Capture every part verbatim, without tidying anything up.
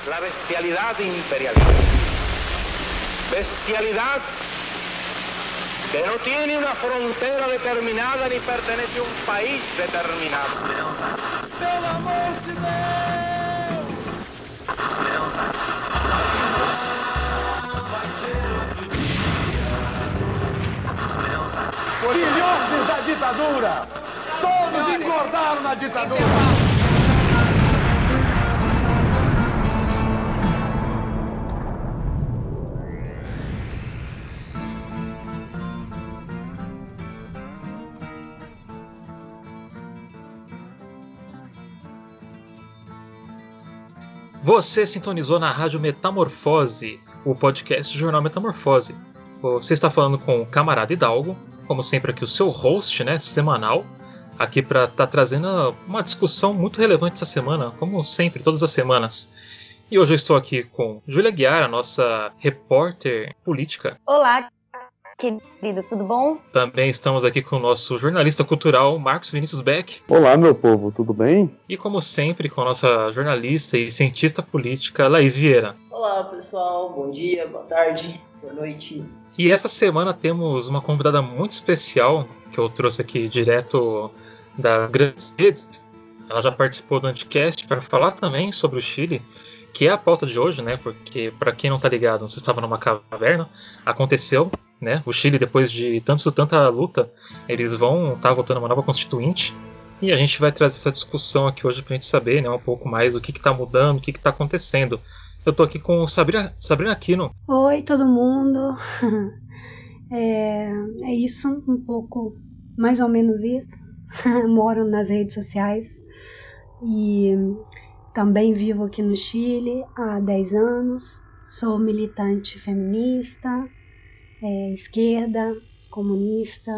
la bestialidad imperialista. Bestialidad que no tiene una frontera determinada ni pertenece a un país determinado. ¡Pelo amor de Deus! Filhotes da ditadura! Todos engordaram na ditadura! Você sintonizou na Rádio Metamorfose, o podcast do Jornal Metamorfose. Você está falando com o camarada Hidalgo, como sempre aqui o seu host, né, semanal, aqui para estar tá trazendo uma discussão muito relevante essa semana, como sempre, todas as semanas. E hoje eu estou aqui com Júlia Guiar, a nossa repórter política. Olá, queridos, tudo bom? Também estamos aqui com o nosso jornalista cultural, Marcos Vinícius Beck. Olá, meu povo, tudo bem? E como sempre, com a nossa jornalista e cientista política, Laís Vieira. Olá, pessoal, bom dia, boa tarde, boa noite. E essa semana temos uma convidada muito especial, que eu trouxe aqui direto das grandes redes. Ela já participou do Anticast para falar também sobre o Chile, que é a pauta de hoje, né? Porque, para quem não está ligado, você estava numa caverna, aconteceu, né? O Chile, depois de tanto, tanta luta, eles vão estar tá votando uma nova constituinte. E a gente vai trazer essa discussão aqui hoje para a gente saber, né, um pouco mais o que está mudando, o que está acontecendo. Eu estou aqui com Sabrina, Sabrina Aquino. Oi, todo mundo. É, é isso, um pouco, mais ou menos isso. Moro nas redes sociais e também vivo aqui no Chile há dez anos. Sou militante feminista, é, esquerda, comunista.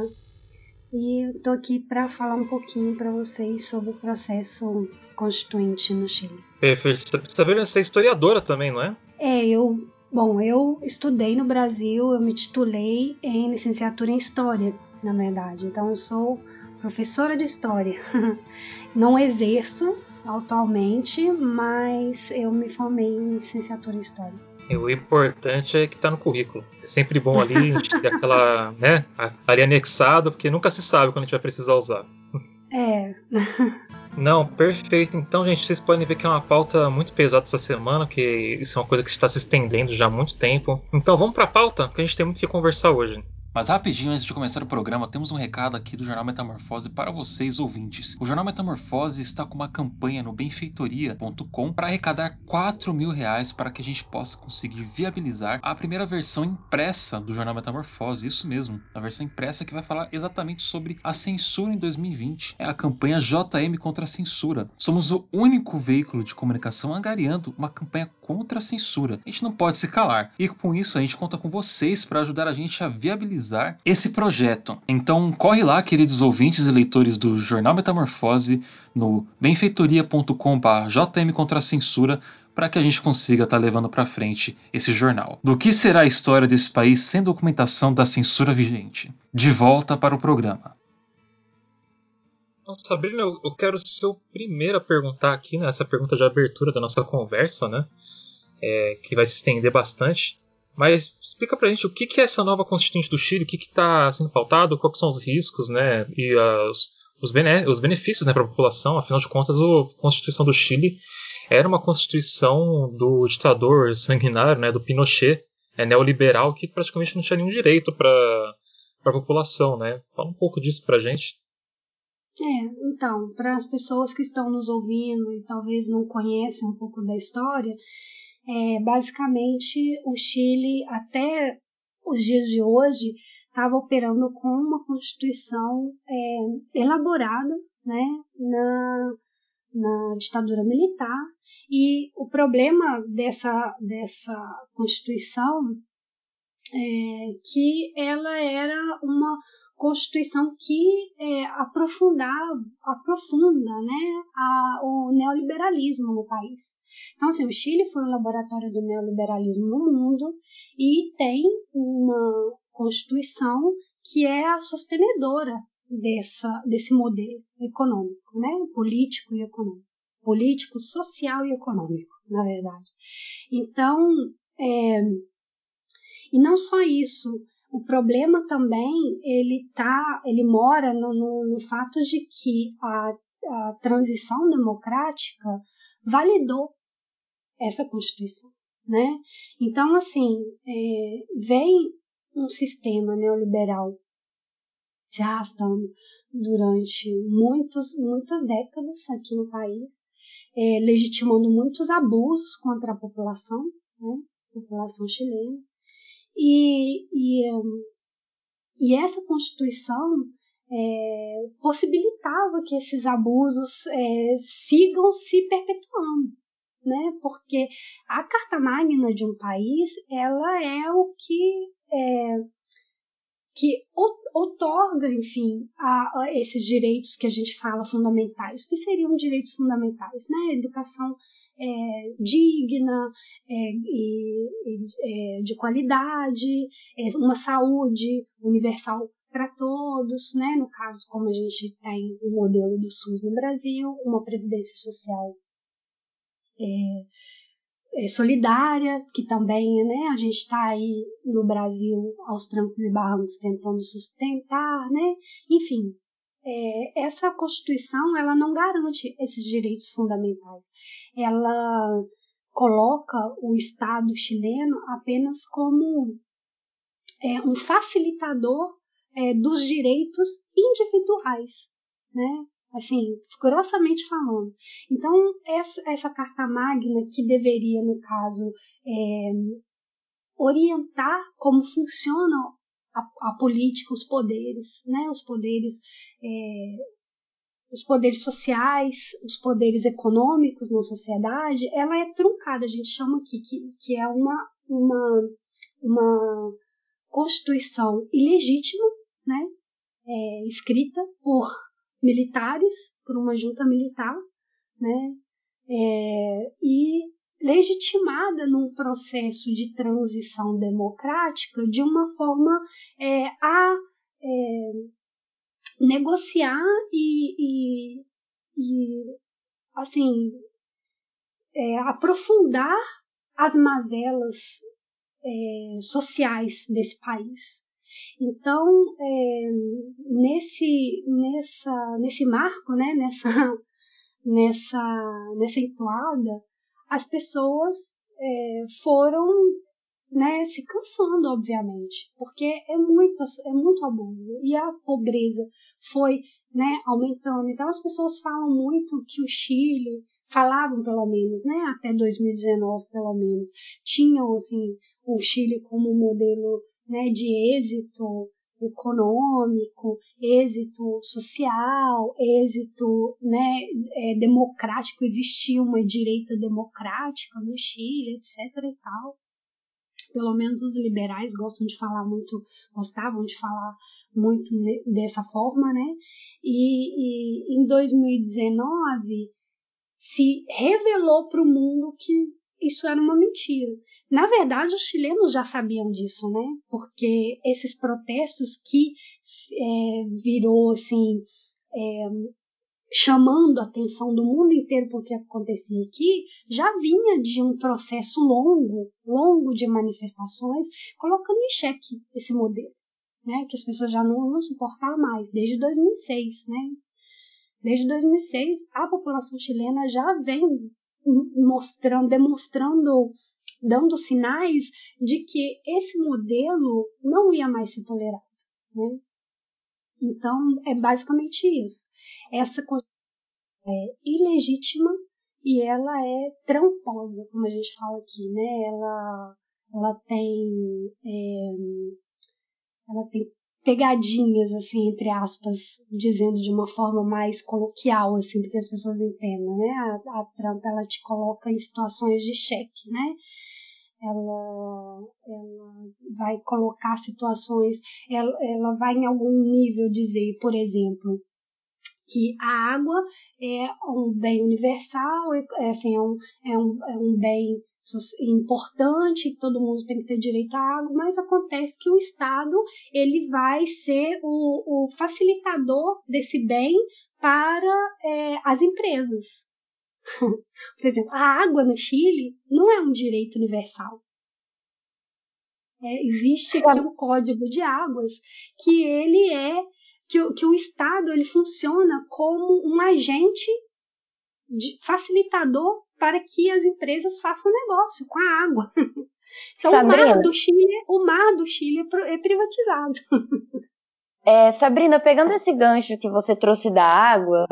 E estou aqui para falar um pouquinho para vocês sobre o processo constituinte no Chile. Perfeito. Sabrina, você é historiadora também, não é? É, eu... Bom, eu estudei no Brasil, eu me titulei em licenciatura em História, na verdade. Então, eu sou professora de História. Não exerço atualmente, mas eu me formei em licenciatura em História. E o importante é que está no currículo. É sempre bom ali a gente ter aquela, né, ali anexado, porque nunca se sabe quando a gente vai precisar usar. É. Não, perfeito. Então, gente, vocês podem ver que é uma pauta muito pesada essa semana, que isso é uma coisa que está se estendendo já há muito tempo. Então, vamos para a pauta, porque a gente tem muito o que conversar hoje. Mas rapidinho, antes de começar o programa, temos um recado aqui do Jornal Metamorfose para vocês, ouvintes. O Jornal Metamorfose está com uma campanha no benfeitoria ponto com para arrecadar quatro mil reais para que a gente possa conseguir viabilizar a primeira versão impressa do Jornal Metamorfose. Isso mesmo, a versão impressa que vai falar exatamente sobre a censura em dois mil e vinte. É a campanha J M contra a censura. Somos o único veículo de comunicação angariando uma campanha contra a censura. A gente não pode se calar. E com isso a gente conta com vocês para ajudar a gente a viabilizar esse projeto. Então corre lá, queridos ouvintes e leitores do Jornal Metamorfose, no benfeitoria ponto com barra J M contra a censura, para que a gente consiga estar tá levando para frente esse jornal. Do que será a história desse país sem documentação da censura vigente? De volta para o programa. Então, Sabrina, eu quero ser o primeiro a perguntar aqui, né, essa pergunta de abertura da nossa conversa, né, é, que vai se estender bastante. Mas explica pra gente o que, que é essa nova Constituinte do Chile, o que está sendo pautado, quais são os riscos, né, e as, os, bene, os benefícios, né, para a população. Afinal de contas, a Constituição do Chile era uma Constituição do ditador sanguinário, né, do Pinochet, é, neoliberal, que praticamente não tinha nenhum direito para a população. Né? Fala um pouco disso pra gente. É, então, para as pessoas que estão nos ouvindo e talvez não conhecem um pouco da história, É, basicamente, o Chile, até os dias de hoje, estava operando com uma constituição é, elaborada, né, na, na ditadura militar. E o problema dessa, dessa constituição é que ela era uma constituição que é, aprofundava, aprofunda, né, a, o neoliberalismo no país. Então, assim, o Chile foi um laboratório do neoliberalismo no mundo e tem uma constituição que é a sostenedora dessa, desse modelo econômico, né, político e econômico. político, social e econômico, na verdade. Então, é, e não só isso, o problema também ele tá, ele mora no, no, no fato de que a, a transição democrática validou essa Constituição, né? Então, assim, é, vem um sistema neoliberal se arrastando durante muitos, muitas décadas aqui no país, é, legitimando muitos abusos contra a população, né? População chilena. E, e, e essa Constituição é, possibilitava que esses abusos é, sigam se perpetuando, né? Porque a Carta Magna de um país, ela é o que, é, que outorga, enfim, a, a esses direitos que a gente fala fundamentais, que seriam direitos fundamentais, né? Educação É, digna, é, e, e, é, de qualidade, é, uma saúde universal para todos, né? No caso, como a gente tem o modelo do SUS no Brasil, uma previdência social é, é, solidária, que também, né, a gente está aí no Brasil aos trancos e barrancos tentando sustentar, né? Enfim, É, essa Constituição ela não garante esses direitos fundamentais. Ela coloca o Estado chileno apenas como é, um facilitador é, dos direitos individuais, né? Assim, grossamente falando. Então, essa, essa Carta Magna, que deveria, no caso, é, orientar como funciona a, a política, os poderes, né? Os poderes é, os poderes sociais, os poderes econômicos na sociedade, ela é truncada, a gente chama aqui que, que é uma, uma, uma constituição ilegítima, né? É, escrita por militares, por uma junta militar, né? É, e legitimada num processo de transição democrática de uma forma é, a é, negociar e, e, e assim, é, aprofundar as mazelas é, sociais desse país. Então, é, nesse, nessa, nesse marco, né, nessa, nessa, nessa entoada, as pessoas é, foram, né, se cansando, obviamente, porque é muito, é muito abuso e a pobreza foi, né, aumentando. Então as pessoas falam muito que o Chile, falavam pelo menos, né, até dois mil e dezenove pelo menos, tinham assim o Chile como um modelo, né, de êxito econômico, êxito social, êxito, né, é, democrático, existia uma direita democrática no Chile, etc e tal. Pelo menos os liberais gostam de falar muito, gostavam de falar muito dessa forma, né? E, e em dois mil e dezenove se revelou para o mundo que isso era uma mentira. Na verdade, os chilenos já sabiam disso, né? Porque esses protestos que é, virou assim, é, chamando a atenção do mundo inteiro para o que acontecia aqui, já vinha de um processo longo, longo de manifestações, colocando em xeque esse modelo, né? Que as pessoas já não, não suportavam mais, desde dois mil e seis, né? Desde dois mil e seis, a população chilena já vem mostrando, demonstrando, dando sinais de que esse modelo não ia mais ser tolerado, né? Então, é basicamente isso. Essa é ilegítima e ela é tramposa, como a gente fala aqui, né? Ela, ela tem, é, ela tem pegadinhas, assim, entre aspas, dizendo de uma forma mais coloquial, assim, para que as pessoas entendam, né? A, a Trump, ela te coloca em situações de cheque, né? Ela, ela vai colocar situações, ela, ela vai em algum nível dizer, por exemplo, que a água é um bem universal, é, assim, é, um, é, um, é um bem importante, que todo mundo tem que ter direito à água, mas acontece que o Estado ele vai ser o, o facilitador desse bem para é, as empresas. Por exemplo, a água no Chile não é um direito universal. É, existe aqui um código de águas que ele é que, o, que o Estado ele funciona como um agente de, facilitador para que as empresas façam negócio com a água. Então, Sabrina, o mar do Chile, o mar do Chile é privatizado. É, Sabrina, pegando esse gancho que você trouxe da água,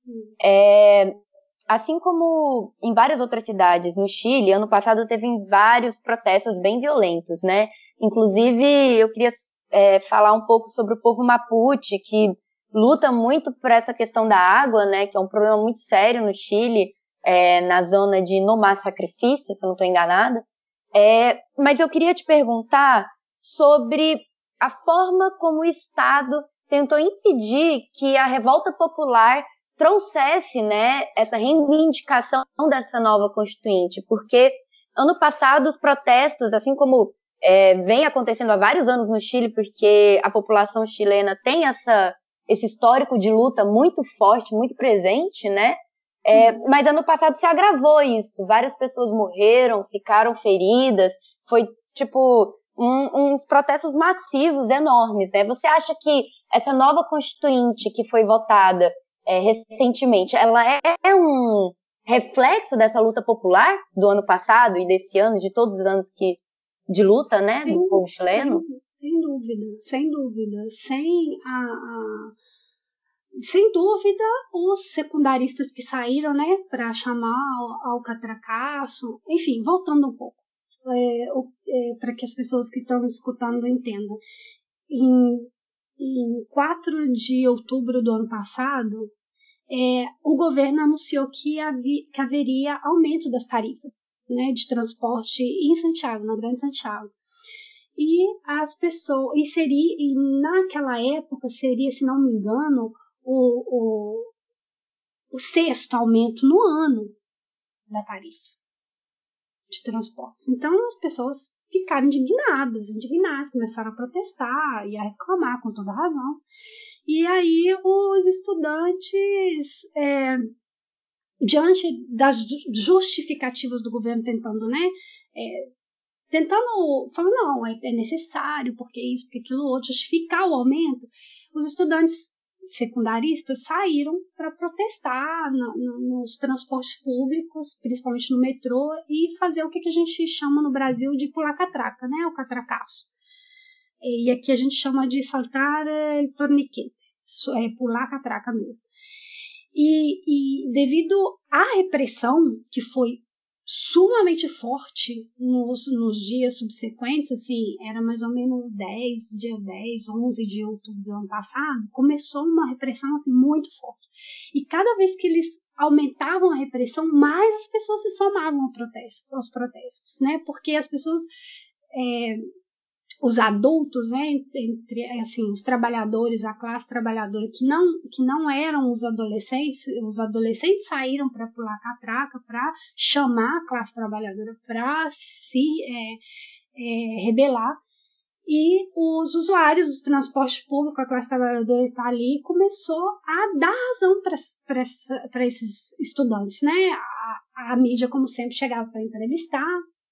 é, assim como em várias outras cidades no Chile, ano passado teve vários protestos bem violentos, né? Inclusive, eu queria é, falar um pouco sobre o povo Mapuche, que luta muito por essa questão da água, né? Que é um problema muito sério no Chile, é, na zona de No Más Sacrifício, se eu não estou enganada. É, mas eu queria te perguntar sobre a forma como o Estado tentou impedir que a revolta popular trouxesse, né, essa reivindicação dessa nova Constituinte, porque ano passado os protestos, assim como é, vem acontecendo há vários anos no Chile, porque a população chilena tem essa, esse histórico de luta muito forte, muito presente, né? É, mas ano passado se agravou isso, várias pessoas morreram, ficaram feridas, foi tipo um, uns protestos massivos, enormes, né? Você acha que essa nova Constituinte que foi votada é, recentemente, ela é um reflexo dessa luta popular do ano passado e desse ano, de todos os anos que, de luta, né, Sem, do povo chileno? Sem, sem dúvida, sem dúvida, sem a... a... Sem dúvida, os secundaristas que saíram, né, para chamar ao, ao catracaço, enfim, voltando um pouco, é, é, para que as pessoas que estão escutando entendam. Em, em quatro de outubro do ano passado, é, o governo anunciou que, havi, que haveria aumento das tarifas, né, de transporte em Santiago, na Grande Santiago. E as pessoas, e seria, e naquela época seria, se não me engano, O, o, o sexto aumento no ano da tarifa de transportes. Então as pessoas ficaram indignadas, indignadas, começaram a protestar e a reclamar com toda razão. E aí os estudantes, é, diante das justificativas do governo tentando, né, é, tentando, falando, não, é, é necessário, porque isso, porque aquilo outro, justificar o aumento, os estudantes secundaristas saíram para protestar no, no, nos transportes públicos, principalmente no metrô, e fazer o que, que a gente chama no Brasil de pular catraca, né? O catracaço. E aqui a gente chama de saltar el torniquete, é pular catraca mesmo. E, e devido à repressão que foi sumamente forte nos, nos dias subsequentes, assim, era mais ou menos dez, dia dez, onze de outubro do ano passado, começou uma repressão assim, muito forte. E cada vez que eles aumentavam a repressão, mais as pessoas se somavam aos protestos, aos protestos, né? Porque as pessoas... É, os adultos, né, entre assim, os trabalhadores, a classe trabalhadora que não, que não eram os adolescentes, os adolescentes saíram para pular catraca, para chamar a classe trabalhadora para se é, é, rebelar, e os usuários do transporte público, a classe trabalhadora está ali, e começou a dar razão para esses estudantes, né? A, a mídia, como sempre, chegava para entrevistar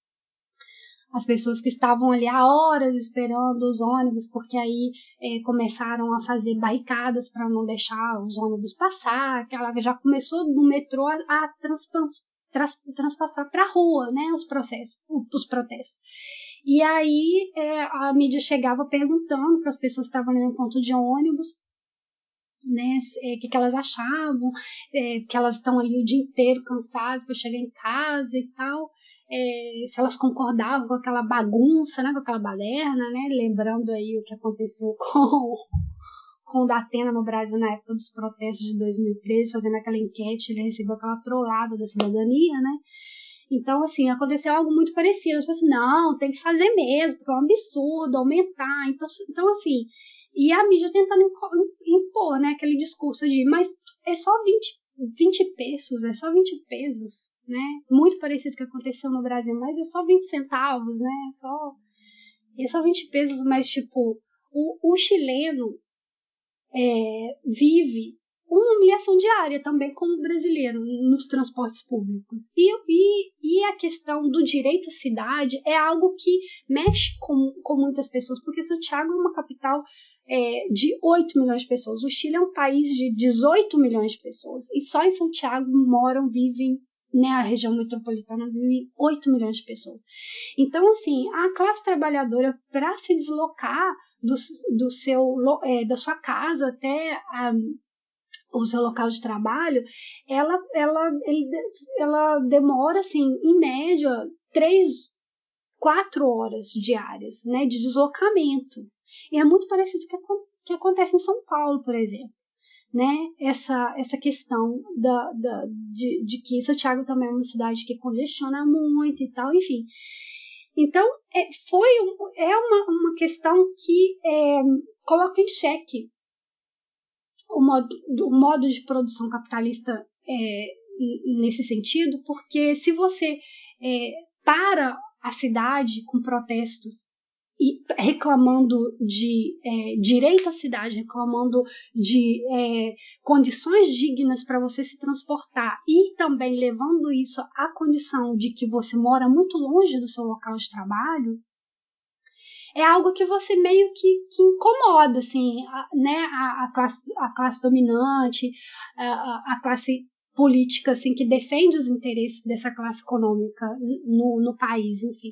as pessoas que estavam ali há horas esperando os ônibus, porque aí é, começaram a fazer barricadas para não deixar os ônibus passar, aquela já começou no metrô a, a trans, trans, transpassar para a rua, né, os processos, os protestos. E aí é, a mídia chegava perguntando para as pessoas que estavam ali no ponto de ônibus, né, o que, que elas achavam, é, que elas estão ali o dia inteiro cansadas para chegar em casa e tal, é, se elas concordavam com aquela bagunça, né, com aquela baderna, né, lembrando aí o que aconteceu com, com o Datena no Brasil na época dos protestos de dois mil e treze, fazendo aquela enquete, ele recebeu aquela trollada da cidadania, né. Então, assim, aconteceu algo muito parecido. As pessoas, não, tem que fazer mesmo, porque é um absurdo aumentar. Então, então assim, e a mídia tentando impor, né, aquele discurso de, mas é só vinte, vinte pesos, é só vinte pesos, né, muito parecido com o que aconteceu no Brasil, mas é só vinte centavos, né, é só, é só vinte pesos, mas, tipo, o, o chileno é, vive uma humilhação diária também como brasileiro nos transportes públicos. E, e, e a questão do direito à cidade é algo que mexe com, com muitas pessoas, porque Santiago é uma capital é, de oito milhões de pessoas. O Chile é um país de dezoito milhões de pessoas. E só em Santiago moram, vivem, né, a região metropolitana vive oito milhões de pessoas. Então, assim, a classe trabalhadora, para se deslocar do, do seu, é, da sua casa até a o seu local de trabalho, ela, ela, ele, ela demora, assim, em média, três, quatro horas diárias, né, de deslocamento. E é muito parecido com o que acontece em São Paulo, por exemplo. Né, essa, essa questão da, da, de, de que Santiago também é uma cidade que congestiona muito e tal, enfim. Então, é, foi, é uma, uma questão que é, coloca em xeque O modo, o modo de produção capitalista é, nesse sentido, porque se você é, para a cidade com protestos e reclamando de é, direito à cidade, reclamando de é, condições dignas para você se transportar e também levando isso à condição de que você mora muito longe do seu local de trabalho, é algo que você meio que, que incomoda, assim, a, né, a, a, classe, a classe dominante, a, a classe política, assim, que defende os interesses dessa classe econômica no, no país, enfim.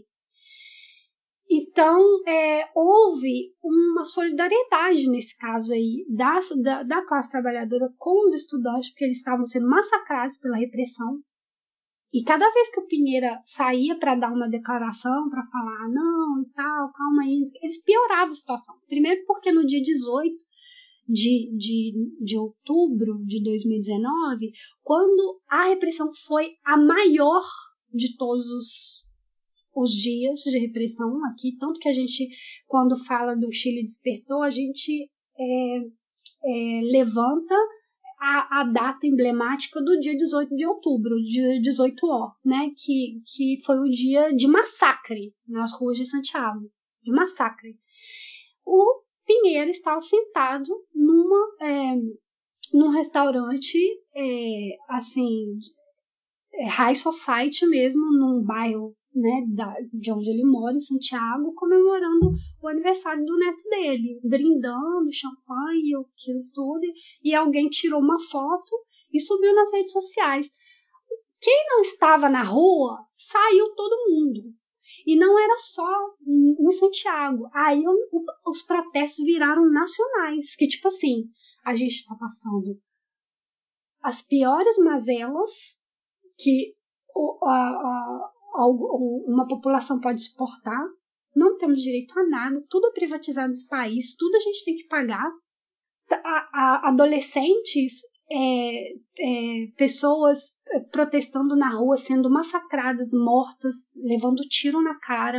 Então, é, houve uma solidariedade nesse caso aí da, da, da classe trabalhadora com os estudantes, porque eles estavam sendo massacrados pela repressão. E cada vez que o Pinheira saía para dar uma declaração, para falar, não, e tal, calma aí, eles pioravam a situação. Primeiro porque no dia dezoito de, de, de outubro de dois mil e dezenove, quando a repressão foi a maior de todos os, os dias de repressão aqui, tanto que a gente, quando fala do Chile despertou, a gente é, é, levanta A, a data emblemática do dia dezoito de outubro, dia dezoito O, né, que, que foi o dia de massacre nas ruas de Santiago, de massacre. O Pinheira estava sentado numa, é, num restaurante, é, assim, é, high society mesmo, num bairro, né, da, de onde ele mora, em Santiago, comemorando o aniversário do neto dele, brindando, champanhe, aquilo tudo, e alguém tirou uma foto e subiu nas redes sociais. Quem não estava na rua, saiu todo mundo. E não era só em Santiago. Aí os protestos viraram nacionais, que tipo assim, a gente está passando as piores mazelas que a, a uma população pode suportar, não temos direito a nada, tudo é privatizado nesse país, tudo a gente tem que pagar. A, a, adolescentes, é, é, pessoas protestando na rua, sendo massacradas, mortas, levando tiro na cara,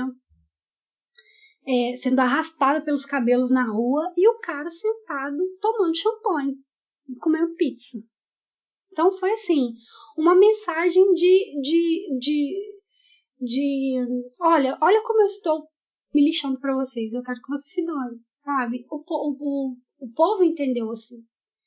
é, sendo arrastada pelos cabelos na rua, e o cara sentado tomando champanhe e comendo pizza. Então foi assim, uma mensagem de, de, de de, olha, olha como eu estou me lixando pra vocês, eu quero que vocês se doem, sabe? O, o, o, o povo entendeu assim.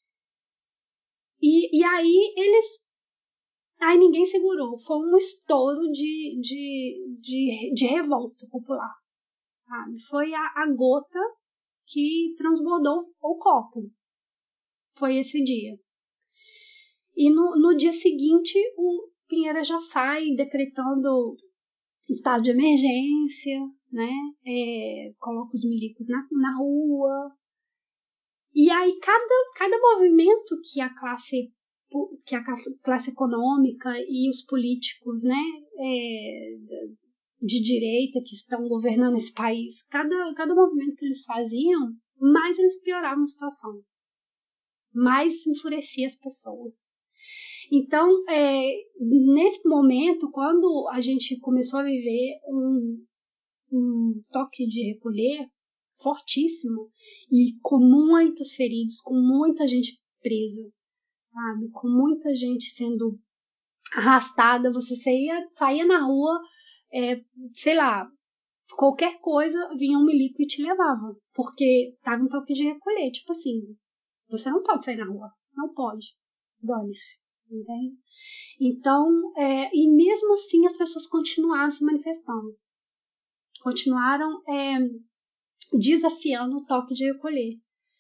E, e aí eles, aí ninguém segurou, foi um estouro de, de, de, de revolta popular, sabe? Foi a, a gota que transbordou o copo, foi esse dia. E no, no dia seguinte o Pinheira já sai decretando estado de emergência, né? É, coloca os milicos na, na rua. E aí cada, cada movimento que a classe que a classe econômica e os políticos, né, é, de direita que estão governando esse país, cada, cada movimento que eles faziam, mais eles pioravam a situação, mais enfurecia as pessoas. Então, é, nesse momento, quando a gente começou a viver um, um toque de recolher fortíssimo e com muitos feridos, com muita gente presa, sabe? Com muita gente sendo arrastada, você saía, saía na rua, é, sei lá, qualquer coisa, vinha um milico e te levava, porque tava em toque de recolher, tipo assim, você não pode sair na rua, Não pode. Dane-se. Entende? Então, é, e mesmo assim as pessoas continuaram se manifestando. Continuaram é, desafiando o toque de recolher.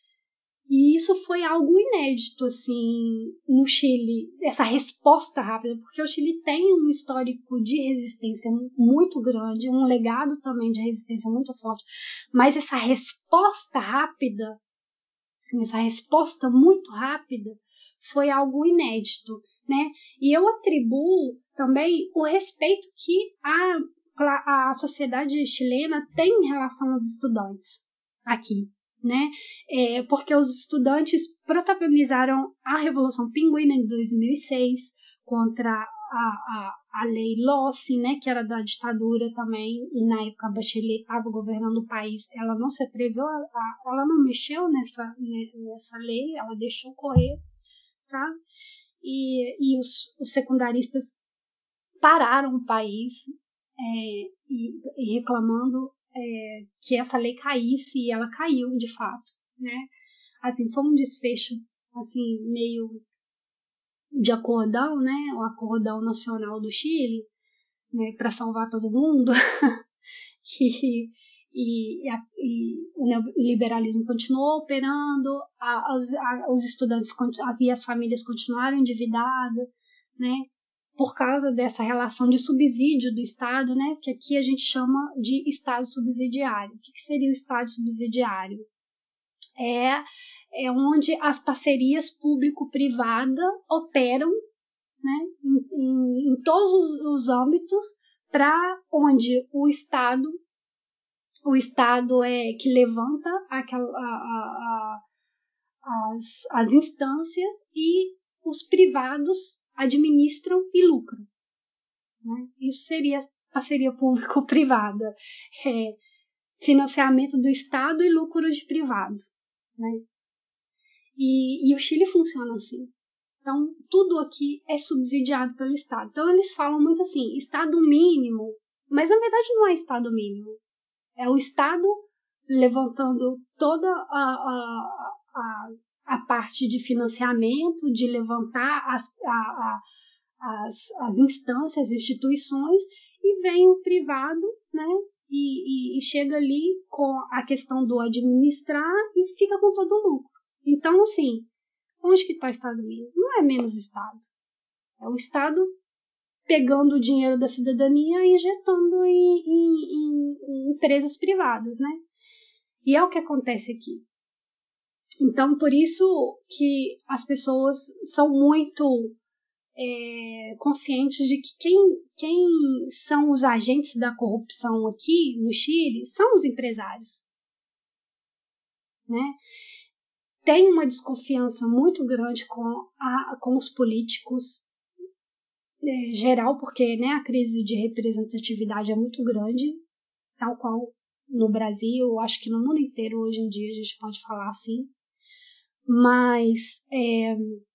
E isso foi algo inédito, assim, no Chile, essa resposta rápida, porque o Chile tem um histórico de resistência muito grande, um legado também de resistência muito forte, mas essa resposta rápida, assim, essa resposta muito rápida, foi algo inédito, né? E eu atribuo também o respeito que a, a sociedade chilena tem em relação aos estudantes aqui. Né? É, porque os estudantes protagonizaram a Revolução Pinguina em dois mil e seis contra a, a, a lei Lossi, né, que era da ditadura também, e na época a Bachelet estava governando o país, ela não se atreveu, a, a, ela não mexeu nessa, nessa lei, ela deixou correr, sabe? E, e os, os secundaristas pararam o país é, e, e reclamando É, que essa lei caísse, e ela caiu de fato, né? Assim, foi um desfecho assim, meio de acordão, né? O acordão nacional do Chile, né? Para salvar todo mundo. e, e, a, e o neoliberalismo continuou operando, a, os, a, os estudantes e as famílias continuaram endividadas, né? Por causa dessa relação de subsídio do Estado, né, que aqui a gente chama de Estado subsidiário. O que, que seria o Estado subsidiário? É, é onde as parcerias público-privadas operam, né, em, em, em todos os, os âmbitos, para onde o Estado, o Estado é que levanta aquela, a, a, a, as, as instâncias, e os privados administram e lucram. Né? Isso seria parceria público-privada, é, financiamento do Estado e lucro de privado. Né? E, e o Chile funciona assim. Então, tudo aqui é subsidiado pelo Estado. Então, eles falam muito assim, Estado mínimo, mas na verdade não é Estado mínimo. É o Estado levantando toda a, a, a, a parte de financiamento, de levantar as, a, a As, as instâncias, as instituições, e vem o privado, né, e, e, e chega ali com a questão do administrar e fica com todo o lucro. Então, assim, onde que está o Estado mínimo? Não é menos Estado. É o Estado pegando o dinheiro da cidadania e injetando em, em, em, em empresas privadas, né? E é o que acontece aqui. Então, por isso que as pessoas são muito É, conscientes de que quem, quem são os agentes da corrupção aqui no Chile são os empresários. Né? Tem uma desconfiança muito grande com, a, com os políticos é, geral, porque, né, a crise de representatividade é muito grande, tal qual no Brasil, acho que no mundo inteiro hoje em dia a gente pode falar assim. Mas é,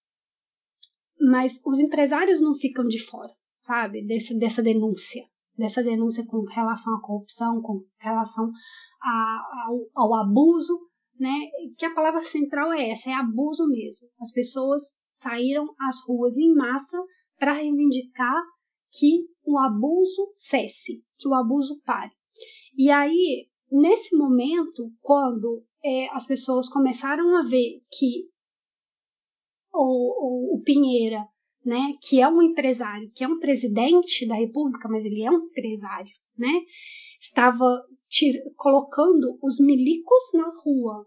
Mas os empresários não ficam de fora, sabe? Desse, dessa denúncia. Dessa denúncia com relação à corrupção, com relação a, ao, ao abuso, né? Que a palavra central é essa, é abuso mesmo. As pessoas saíram às ruas em massa para reivindicar que o abuso cesse, que o abuso pare. E aí, nesse momento, quando é, as pessoas começaram a ver que O, o, o Pinheira, né, que é um empresário, que é um presidente da República, mas ele é um empresário, né, estava tira, colocando os milicos na rua.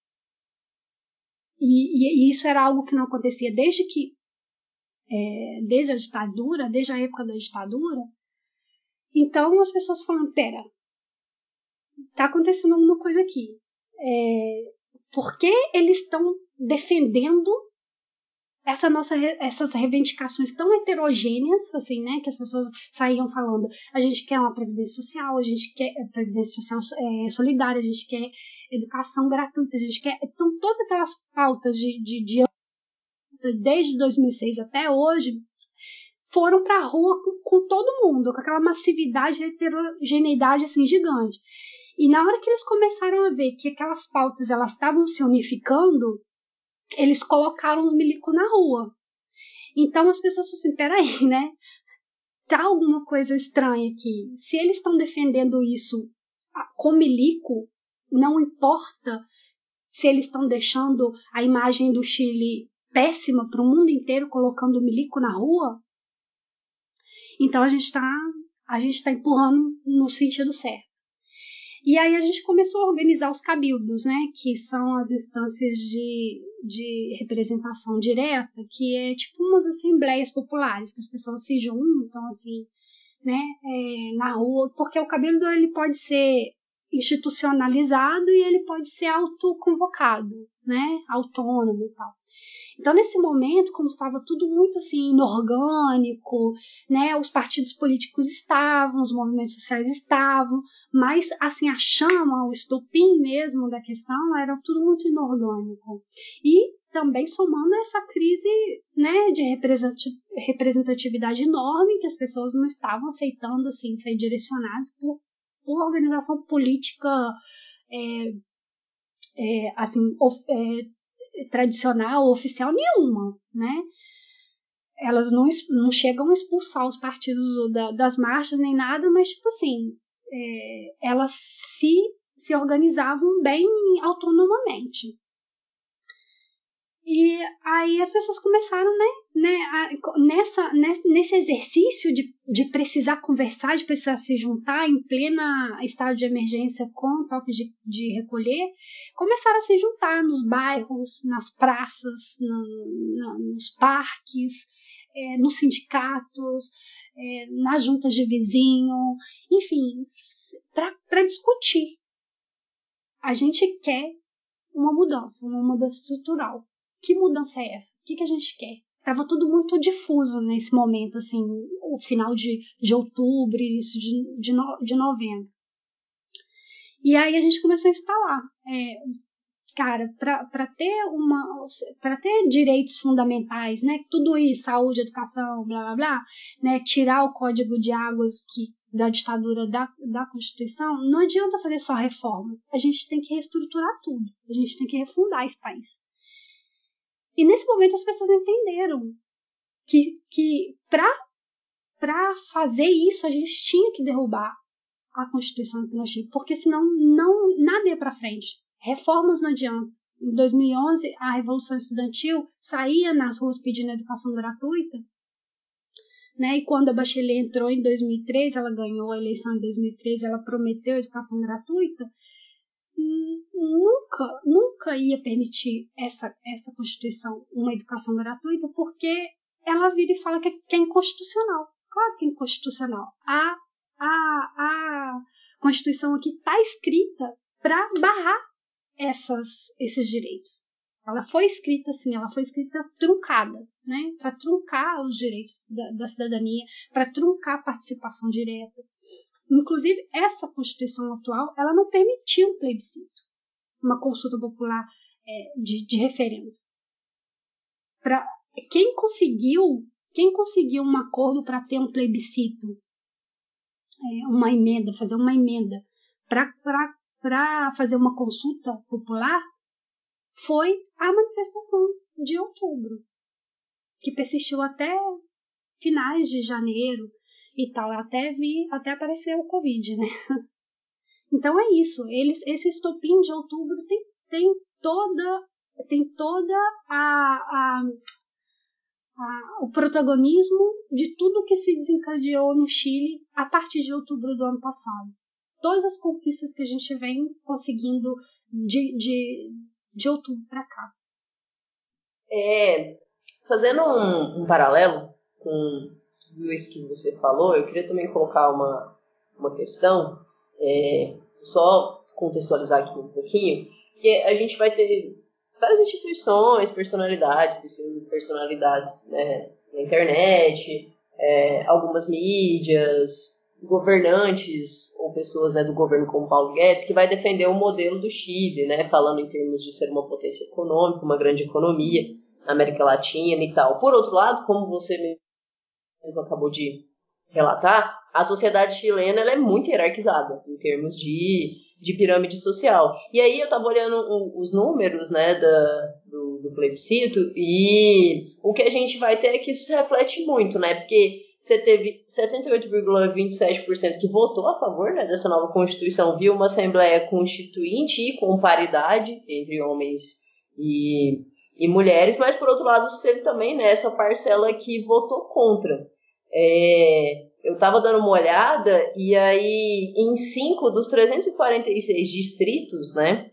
E, e, e isso era algo que não acontecia desde que, é, desde a ditadura, desde a época da ditadura. Então as pessoas falam, pera, tá acontecendo alguma coisa aqui. É, por que eles estão defendendo essa nossa, essas reivindicações tão heterogêneas, assim, né, que as pessoas saíam falando, a gente quer uma previdência social, a gente quer previdência social é, solidária, a gente quer educação gratuita, a gente quer, então todas aquelas pautas de, de, de desde dois mil e seis até hoje foram para a rua com, com todo mundo, com aquela massividade e heterogeneidade assim gigante. E na hora que eles começaram a ver que aquelas pautas elas estavam se unificando, eles colocaram os milicos na rua. Então as pessoas falam assim, peraí, né? Tá alguma coisa estranha aqui. Se eles estão defendendo isso com milico, não importa se eles estão deixando a imagem do Chile péssima para o mundo inteiro, colocando o milico na rua. Então a gente está a gente tá empurrando no sentido certo. E aí a gente começou a organizar os cabildos, né, que são as instâncias de, de representação direta, que é tipo umas assembleias populares, que as pessoas se juntam, assim, né, é, na rua, porque o cabildo ele pode ser institucionalizado e ele pode ser autoconvocado, né, autônomo e tal. Então, nesse momento, como estava tudo muito assim inorgânico, né, os partidos políticos estavam, os movimentos sociais estavam, mas assim a chama, o estopim mesmo da questão era tudo muito inorgânico. E também somando essa crise, né, de representatividade enorme, que as pessoas não estavam aceitando assim ser direcionadas por, por organização política é, é, assim of, é, tradicional, oficial nenhuma, né? Elas não, não chegam a expulsar os partidos da, das marchas nem nada, mas tipo assim, é, elas se, se organizavam bem autonomamente. E aí as pessoas começaram, né, né a, nessa, nesse, nesse exercício de, de precisar conversar, de precisar se juntar em plena estado de emergência com toque de, de recolher, começaram a se juntar nos bairros, nas praças, no, na, nos parques, é, nos sindicatos, é, nas juntas de vizinho, enfim, para discutir. A gente quer uma mudança, uma mudança estrutural. Que mudança é essa? O que, que a gente quer? Estava tudo muito difuso nesse momento, assim, o final de, de outubro, início de, de, no, de novembro. E aí a gente começou a instalar. É, cara, para ter uma, para ter direitos fundamentais, né? Tudo isso, saúde, educação, blá blá blá, né? Tirar o código de águas que da ditadura da, da Constituição, não adianta fazer só reformas. A gente tem que reestruturar tudo. A gente tem que refundar esse país. E nesse momento as pessoas entenderam que, que para fazer isso a gente tinha que derrubar a Constituição do Pinochet, porque senão não, nada ia para frente. Reformas não adianta. Em dois mil e onze, a Revolução Estudantil saía nas ruas pedindo educação gratuita, né? E quando a Bachelet entrou em dois mil e treze, ela ganhou a eleição em dois mil e treze, ela prometeu educação gratuita. Nunca, nunca ia permitir essa, essa Constituição, uma educação gratuita, porque ela vira e fala que é inconstitucional. Claro que é inconstitucional. A, a, a Constituição aqui está escrita para barrar essas, esses direitos. Ela foi escrita assim, ela foi escrita truncada, né? Para truncar os direitos da, da cidadania, para truncar a participação direta. Inclusive, essa Constituição atual, ela não permitia um plebiscito, uma consulta popular é, de, de referendo. Pra, quem conseguiu, quem conseguiu um acordo para ter um plebiscito, é, uma emenda, fazer uma emenda, para fazer uma consulta popular, foi a manifestação de outubro, que persistiu até finais de janeiro e tal, até vi, até aparecer o Covid, né? Então é isso, eles, esse estopim de outubro tem, tem toda, tem toda a, a, a, o protagonismo de tudo que se desencadeou no Chile a partir de outubro do ano passado. Todas as conquistas que a gente vem conseguindo de, de, de outubro para cá. É, fazendo um, um paralelo com tudo isso que você falou, eu queria também colocar uma, uma questão, é, só contextualizar aqui um pouquinho, que a gente vai ter várias instituições, personalidades, personalidades né, na internet, é, algumas mídias, governantes ou pessoas né, do governo como Paulo Guedes, que vai defender o modelo do Chile, né, falando em termos de ser uma potência econômica, uma grande economia na América Latina e tal. Por outro lado, como você mesmo acabou de relatar, a sociedade chilena ela é muito hierarquizada em termos de, de pirâmide social. E aí eu estava olhando os números né, da, do, do plebiscito, e o que a gente vai ter é que isso se reflete muito, né? Porque você teve setenta e oito vírgula vinte e sete por cento que votou a favor, né, dessa nova Constituição, viu uma Assembleia Constituinte e com paridade entre homens e, e mulheres, mas, por outro lado, você teve também, né, essa parcela que votou contra. É, eu estava dando uma olhada, e aí, em cinco dos trezentos e quarenta e seis distritos, né,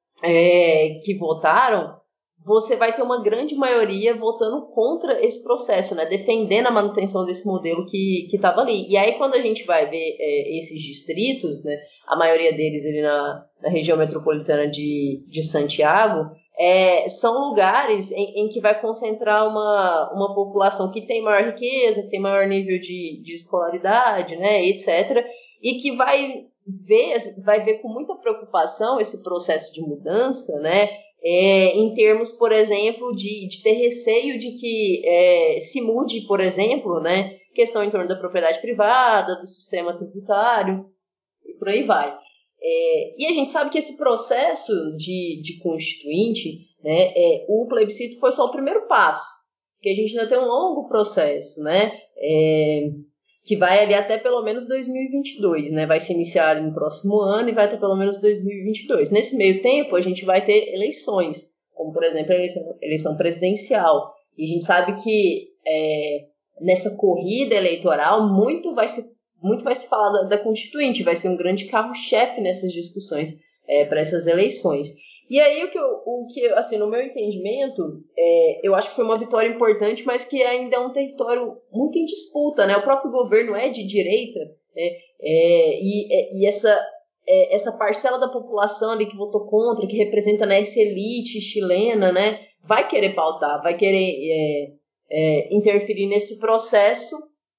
é, que votaram, você vai ter uma grande maioria votando contra esse processo, né? Defendendo a manutenção desse modelo que estava ali. E aí, quando a gente vai ver é, esses distritos, né, a maioria deles ali na, na região metropolitana de, de Santiago, é, são lugares em, em que vai concentrar uma, uma população que tem maior riqueza, que tem maior nível de, de escolaridade, né, etcétera, e que vai ver, vai ver com muita preocupação esse processo de mudança, né? É, em termos, por exemplo, de, de ter receio de que é, se mude, por exemplo, né, questão em torno da propriedade privada, do sistema tributário, e por aí vai. É, e a gente sabe que esse processo de, de constituinte, né, é, o plebiscito foi só o primeiro passo, que a gente ainda tem um longo processo, né, é, que vai ali até pelo menos dois mil e vinte e dois, né? Vai se iniciar no próximo ano e vai até pelo menos dois mil e vinte e dois. Nesse meio tempo, a gente vai ter eleições, como, por exemplo, a eleição, eleição presidencial. E a gente sabe que é, nessa corrida eleitoral, muito vai se, muito vai se falar da, da Constituinte, vai ser um grande carro-chefe nessas discussões é, para essas eleições. E aí, o que, eu, o que assim, no meu entendimento, é, eu acho que foi uma vitória importante, mas que ainda é um território muito em disputa, né? O próprio governo é de direita, né? É, e, e essa, é, essa parcela da população ali que votou contra, que representa, né, essa elite chilena, né, vai querer pautar, vai querer é, é, interferir nesse processo,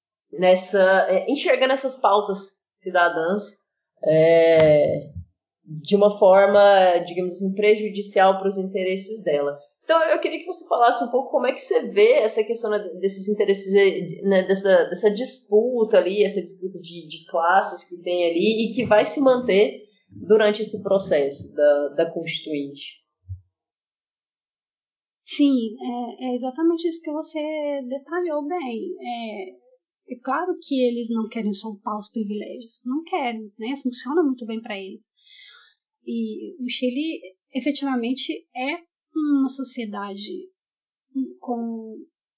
nessa, é, enxergando essas pautas cidadãs, é, de uma forma, digamos assim, prejudicial para os interesses dela. Então, eu queria que você falasse um pouco como é que você vê essa questão, né, desses interesses, né, dessa, dessa disputa ali, essa disputa de, de classes que tem ali e que vai se manter durante esse processo da, da Constituinte. Sim, é, é exatamente isso que você detalhou bem. É, é claro que eles não querem soltar os privilégios, não querem, né? Funciona muito bem para eles. E o Chile efetivamente é uma sociedade com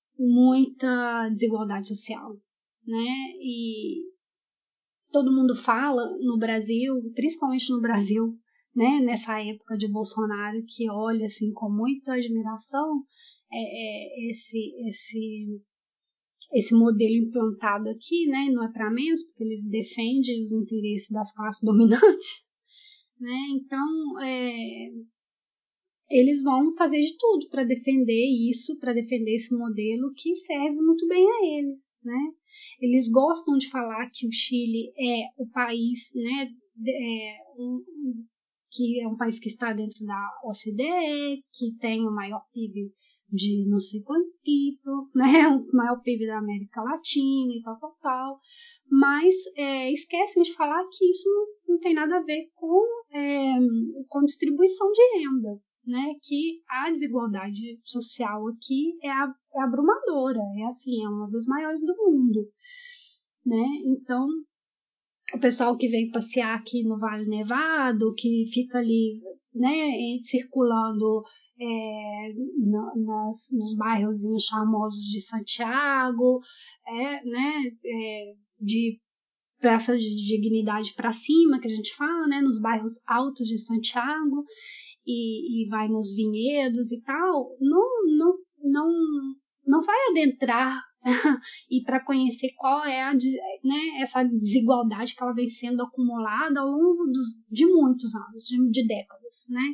muita desigualdade social, né? E todo mundo fala no Brasil, principalmente no Brasil, né? Nessa época de Bolsonaro, que olha assim com muita admiração é, é, esse esse esse modelo implantado aqui, né? Não é para menos, porque ele defende os interesses das classes dominantes. Né? Então, é, eles vão fazer de tudo para defender isso, para defender esse modelo que serve muito bem a eles. Né? Eles gostam de falar que o Chile é o país, né, é, um, que é um país que está dentro da O C D E, que tem o maior P I B de não sei quantito, né, o maior P I B da América Latina e tal, tal, tal. Mas é, esquecem de falar que isso não, não tem nada a ver com, é, com distribuição de renda, né? Que a desigualdade social aqui é, a, é abrumadora, é assim, é uma das maiores do mundo, né? Então, o pessoal que vem passear aqui no Vale Nevado, que fica ali, né, circulando é, no, nas, nos bairrozinhos charmosos de Santiago, é, né, é, de Praça de Dignidade para cima, que a gente fala, né, nos bairros altos de Santiago, e, e vai nos vinhedos e tal, não, não, não, não vai adentrar e para conhecer qual é a, né, essa desigualdade que ela vem sendo acumulada ao longo dos, de muitos anos, de, de décadas, né?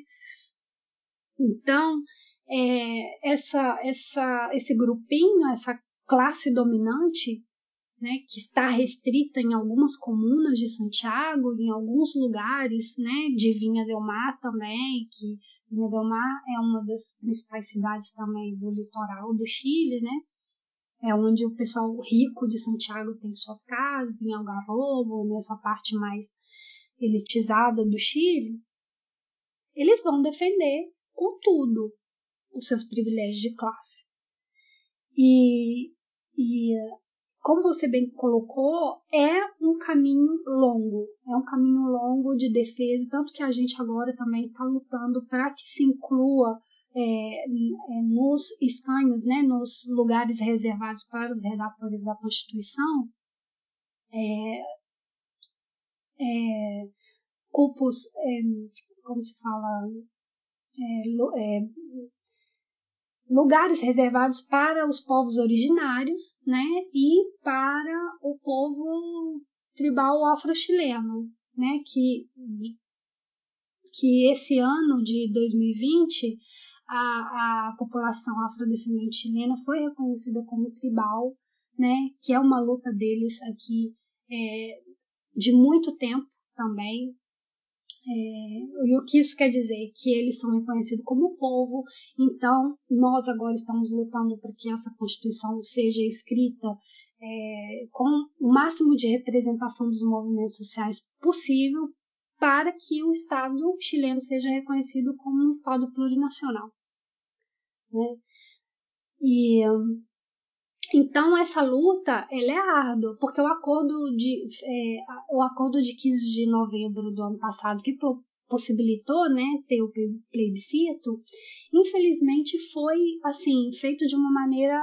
Então, é, essa, essa, esse grupinho, essa classe dominante, né, que está restrita em algumas comunas de Santiago, em alguns lugares, né, de Vinha del Mar também, que Vinha del Mar é uma das principais cidades também do litoral do Chile, né? É onde o pessoal rico de Santiago tem suas casas, em Algarrobo, nessa parte mais elitizada do Chile. Eles vão defender com tudo, os seus privilégios de classe. E, e como você bem colocou, é um caminho longo, é um caminho longo de defesa, tanto que a gente agora também está lutando para que se inclua é, nos escanos, né, nos lugares reservados para os redatores da Constituição, é, é, cupos, é, como se fala, é, é, lugares reservados para os povos originários, né, e para o povo tribal afro-chileno, né, que, que esse ano de dois mil e vinte a, a população afrodescendente chilena foi reconhecida como tribal, né, que é uma luta deles aqui é, de muito tempo também. É, e o que isso quer dizer? Que eles são reconhecidos como povo, então nós agora estamos lutando para que essa Constituição seja escrita é, com o máximo de representação dos movimentos sociais possível para que o Estado chileno seja reconhecido como um Estado plurinacional. Né? E então essa luta ela é árdua, porque o acordo de é, o acordo de quinze de novembro do ano passado que possibilitou, né, ter o plebiscito, infelizmente foi assim feito de uma maneira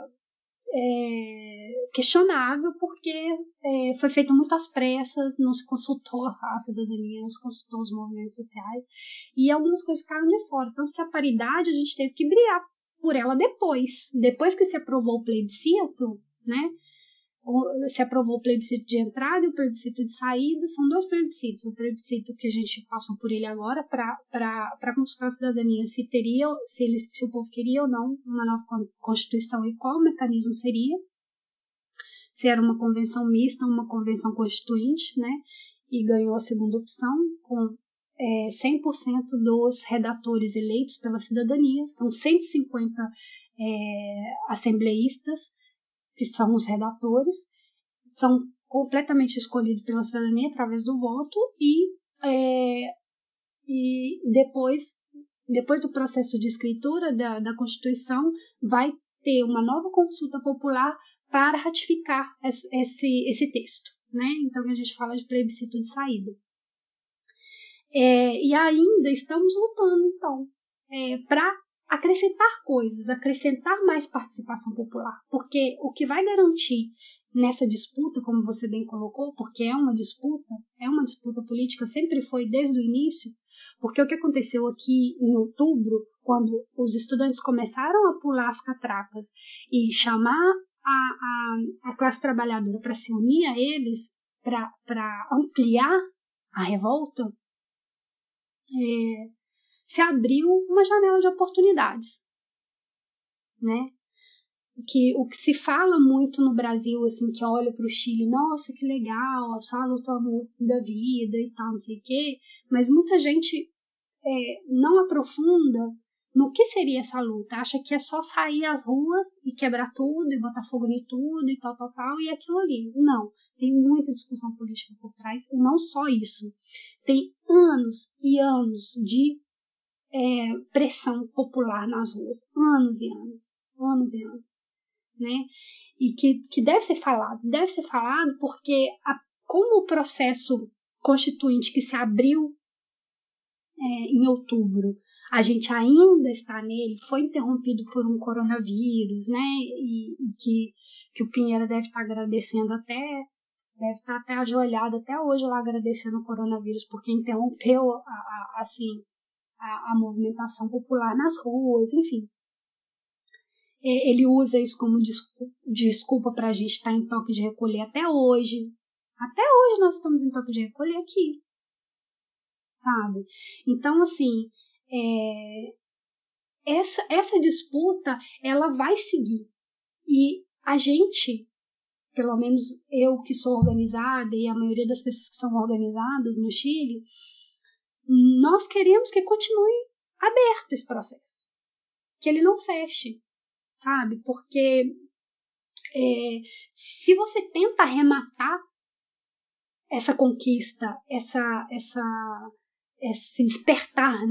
é, questionável, porque é, foi feito muito às pressas, não se consultou a cidadania, não se consultou os movimentos sociais, e algumas coisas ficaram de fora, tanto que a paridade a gente teve que brigar por ela depois, depois que se aprovou o plebiscito, né? Se aprovou o plebiscito de entrada e o plebiscito de saída, são dois plebiscitos, o plebiscito que a gente passou por ele agora para consultar a cidadania se teria, se, eles, se o povo queria ou não uma nova Constituição e qual mecanismo seria, se era uma convenção mista ou uma convenção constituinte, né? E ganhou a segunda opção com É, cem por cento dos redatores eleitos pela cidadania, são cento e cinquenta é, assembleístas, que são os redatores, são completamente escolhidos pela cidadania através do voto e, é, e depois, depois do processo de escritura da, da Constituição, vai ter uma nova consulta popular para ratificar esse, esse texto. Né? Então a gente fala de plebiscito de saída. É, e ainda estamos lutando, então, é, para acrescentar coisas, acrescentar mais participação popular, porque o que vai garantir nessa disputa, como você bem colocou, porque é uma disputa, é uma disputa política, sempre foi desde o início, porque o que aconteceu aqui em outubro, quando os estudantes começaram a pular as catracas e chamar a, a, a classe trabalhadora para se unir a eles, para ampliar a revolta, É, se abriu uma janela de oportunidades, né? Que, o que se fala muito no Brasil, assim, que olha para o Chile, nossa, que legal, só a luta da vida e tal, não sei o quê, mas muita gente é, não aprofunda no que seria essa luta, acha que é só sair às ruas e quebrar tudo e botar fogo em tudo e tal, tal, tal, e aquilo ali. Não, tem muita discussão política por trás, e não só isso. Tem anos e anos de é, pressão popular nas ruas, anos e anos, anos e anos, né? E que, que deve ser falado, deve ser falado porque a, como o processo constituinte que se abriu é, em outubro, a gente ainda está nele, foi interrompido por um coronavírus, né? E, e que, que o Pinheira deve estar agradecendo até, deve estar até ajoelhado até hoje lá agradecendo o coronavírus, porque interrompeu a, a, assim, a, a movimentação popular nas ruas, enfim. Ele usa isso como desculpa para a gente estar em toque de recolher até hoje. Até hoje nós estamos em toque de recolher aqui, sabe? Então, assim, é, essa, essa disputa, ela vai seguir. E a gente, pelo menos eu que sou organizada e a maioria das pessoas que são organizadas no Chile, nós queremos que continue aberto esse processo. Que ele não feche, sabe? Porque é, se você tenta arrematar essa conquista, essa, essa, esse despertar, né?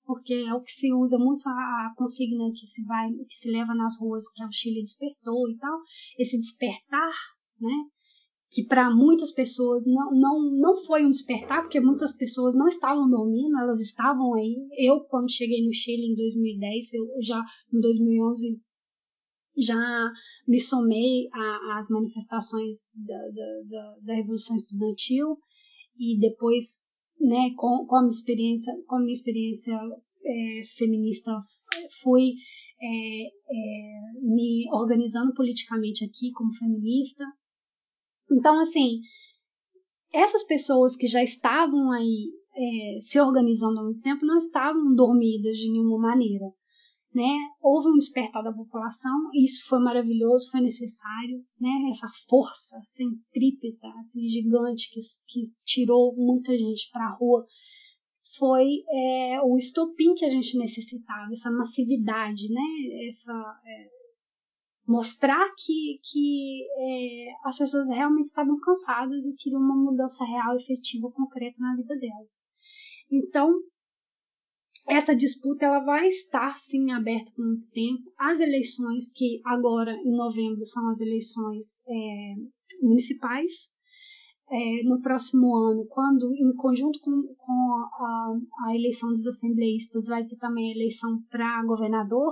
porque é o que se usa muito, a, a consigna que se vai, que se leva nas ruas, que é o Chile despertou e tal, esse despertar, né, que para muitas pessoas não, não, não foi um despertar, porque muitas pessoas não estavam dormindo, elas estavam aí. Eu, quando cheguei no Chile em dois mil e dez, eu já em dois mil e onze já me somei às manifestações da, da, da, da Revolução Estudantil, e depois, né, com, com a minha experiência, com a minha experiência é, feminista, fui é, é, me organizando politicamente aqui como feminista. Então, assim, essas pessoas que já estavam aí é, se organizando há muito tempo não estavam dormidas de nenhuma maneira, né? Houve um despertar da população, e isso foi maravilhoso, foi necessário, né? Essa força centrípeta, assim, gigante que, que tirou muita gente para a rua, foi é, o estopim que a gente necessitava, essa massividade, né? Essa... É, mostrar que, que é, as pessoas realmente estavam cansadas e queriam uma mudança real, efetiva, concreta na vida delas. Então, essa disputa ela vai estar, sim, aberta por muito tempo. As eleições, que agora, em novembro, são as eleições é, municipais. É, no próximo ano, quando, em conjunto com, com a, a eleição dos assembleístas, vai ter também a eleição para governador.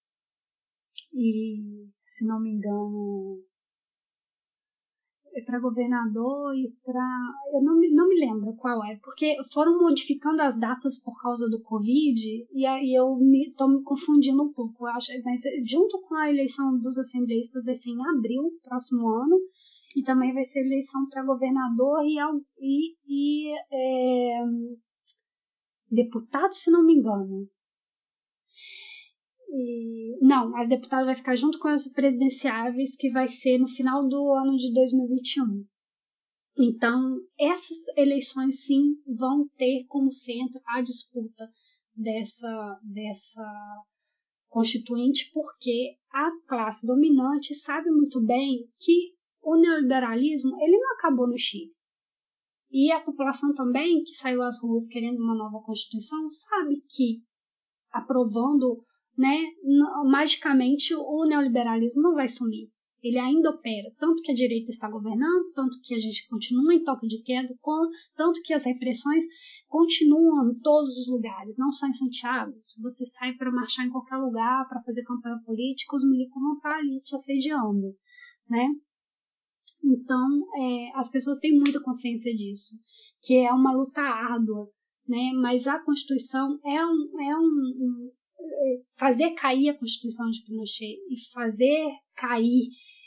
E, se não me engano, é para governador e para... Eu não me, não me lembro qual é, porque foram modificando as datas por causa do Covid, e aí eu estou me, me confundindo um pouco. Eu acho, mas junto com a eleição dos assembleístas vai ser em abril, próximo ano, e também vai ser eleição para governador e, e, e é, deputado, se não me engano. E, não, as deputadas vai ficar junto com as presidenciáveis, que vai ser no final do ano de dois mil e vinte e um. Então, essas eleições, sim, vão ter como centro a disputa dessa, dessa constituinte, porque a classe dominante sabe muito bem que o neoliberalismo ele não acabou no Chile. E a população também, que saiu às ruas querendo uma nova constituição, sabe que aprovando, né, magicamente o neoliberalismo não vai sumir. Ele ainda opera, tanto que a direita está governando, tanto que a gente continua em toque de queda, tanto que as repressões continuam em todos os lugares, não só em Santiago. Se você sai para marchar em qualquer lugar, para fazer campanha política, os milicos vão estar ali te assediando, né? Então, é, as pessoas têm muita consciência disso, que é uma luta árdua, né? Mas a Constituição é um, é um, um fazer cair a Constituição de Pinochet e fazer cair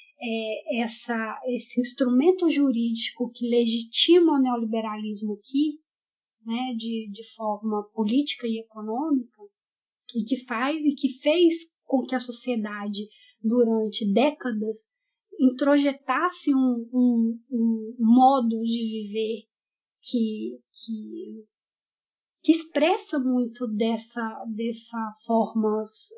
é, essa, esse instrumento jurídico que legitima o neoliberalismo aqui, né, de, de forma política e econômica, e que faz e que fez com que a sociedade durante décadas introjetasse um, um, um modo de viver que, que que expressa muito dessa, dessa forma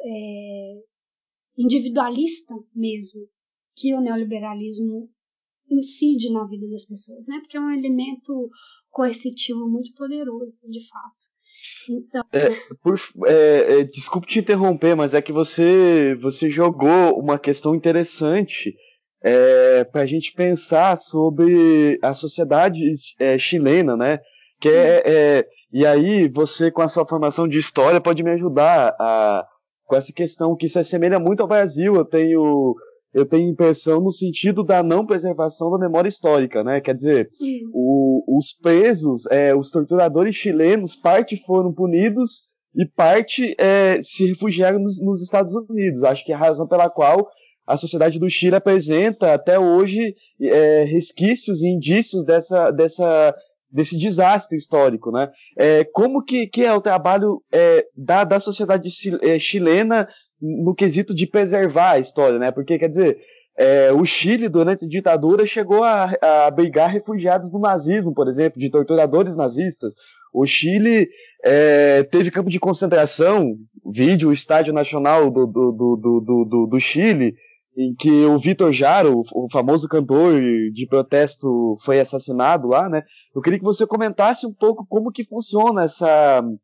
é, individualista mesmo, que o neoliberalismo incide na vida das pessoas, né? Porque é um elemento coercitivo muito poderoso, de fato. Então, é, por, é, é, desculpe te interromper, mas é que você, você jogou uma questão interessante é, para a gente pensar sobre a sociedade é, chilena, né? Que é, é, e aí você, com a sua formação de história, pode me ajudar a, com essa questão que se assemelha muito ao Brasil. Eu tenho, eu tenho impressão no sentido da não preservação da memória histórica, né? Quer dizer, o, os presos, é, os torturadores chilenos, parte foram punidos e parte é, se refugiaram nos, nos Estados Unidos. Acho que é a razão pela qual a sociedade do Chile apresenta até hoje é, resquícios e indícios dessa, dessa, desse desastre histórico, né? É, como que, que é o trabalho é, da, da sociedade chilena no quesito de preservar a história, né? Porque, quer dizer, é, o Chile, durante a ditadura, chegou a, a abrigar refugiados do nazismo, por exemplo, de torturadores nazistas. O Chile é, teve campo de concentração, vídeo, o Estádio Nacional do, do, do, do, do, do Chile, em que o Vítor Jaro, o famoso cantor de protesto, foi assassinado lá, né? Eu queria que você comentasse um pouco como que funciona essa,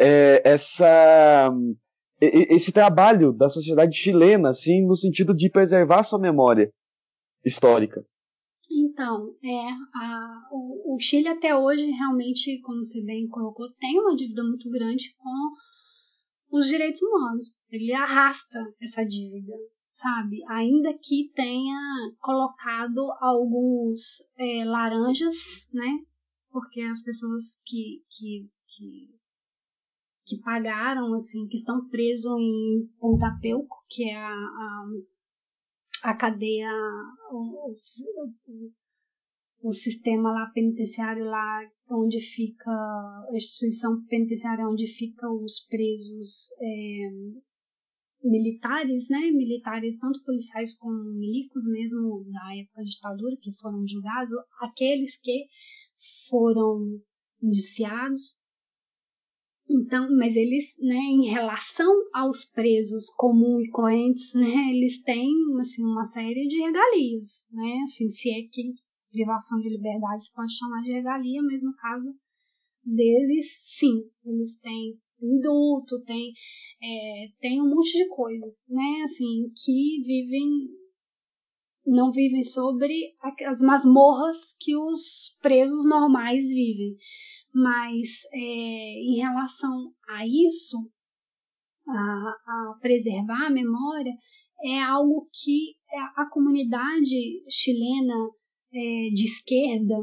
é, essa, esse trabalho da sociedade chilena, assim, no sentido de preservar sua memória histórica? Então, é, a, o, o Chile até hoje realmente, como você bem colocou, tem uma dívida muito grande com os direitos humanos. Ele arrasta essa dívida, sabe? Ainda que tenha colocado alguns é, laranjas, né? Porque as pessoas que, que, que, que pagaram, assim, que estão presos em Punta Peuco, que é a, a, a cadeia, o, o, o sistema lá penitenciário lá onde fica a instituição penitenciária onde ficam os presos é, militares, né? Militares tanto policiais como milicos mesmo da época da ditadura que foram julgados, aqueles que foram indiciados. Então, mas eles, né, em relação aos presos comuns e correntes, né, eles têm assim uma série de regalias, né? Assim, se é que privação de liberdade se pode chamar de regalia, mas no caso deles, sim, eles têm indulto, tem, é, tem um monte de coisas, né, assim, que vivem, não vivem sobre as masmorras que os presos normais vivem, mas é, em relação a isso, a, a preservar a memória, é algo que a, a comunidade chilena É, de esquerda,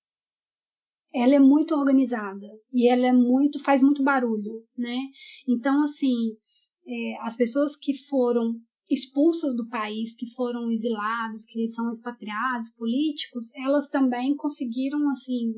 ela é muito organizada e ela é muito, faz muito barulho, né? Então, assim, é, as pessoas que foram expulsas do país, que foram exiladas, que são expatriados políticos, elas também conseguiram, assim,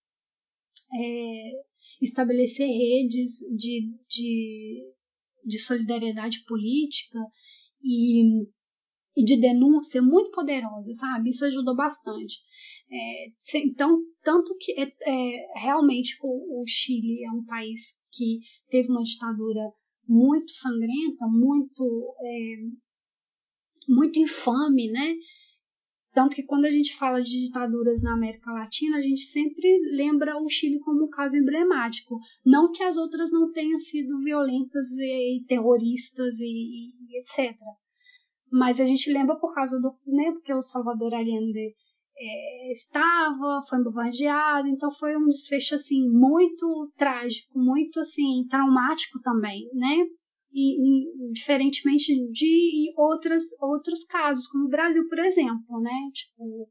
é, estabelecer redes de, de, de solidariedade política e e de denúncia muito poderosa, sabe? Isso ajudou bastante. É, então, tanto que é, é, realmente o, o Chile é um país que teve uma ditadura muito sangrenta, muito, é, muito infame, né? Tanto que quando a gente fala de ditaduras na América Latina, a gente sempre lembra o Chile como um caso emblemático. Não que as outras não tenham sido violentas e, e terroristas e, e etcétera. Mas a gente lembra por causa do, né, porque o Salvador Allende é, estava, foi bombardeado, então foi um desfecho assim muito trágico, muito assim traumático também, né? E, e diferentemente de outras, outros casos, como o Brasil, por exemplo, né? Tipo,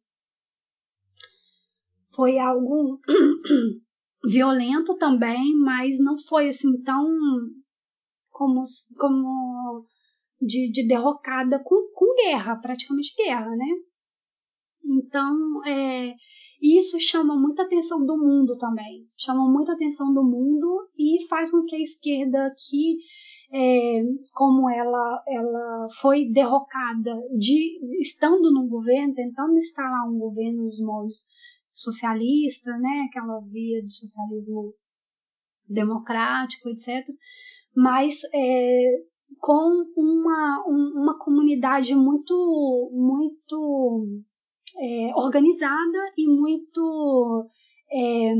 foi algo violento também, mas não foi assim tão como, como De, de derrocada com, com guerra, praticamente guerra, né? Então, é, isso chama muita atenção do mundo também, chama muita atenção do mundo e faz com que a esquerda aqui, é, como ela, ela foi derrocada de, estando no governo, tentando instalar um governo nos moldes socialistas, né? Aquela via de socialismo democrático, etcétera. Mas é, com uma, um, uma comunidade muito, muito é, organizada e muito, é,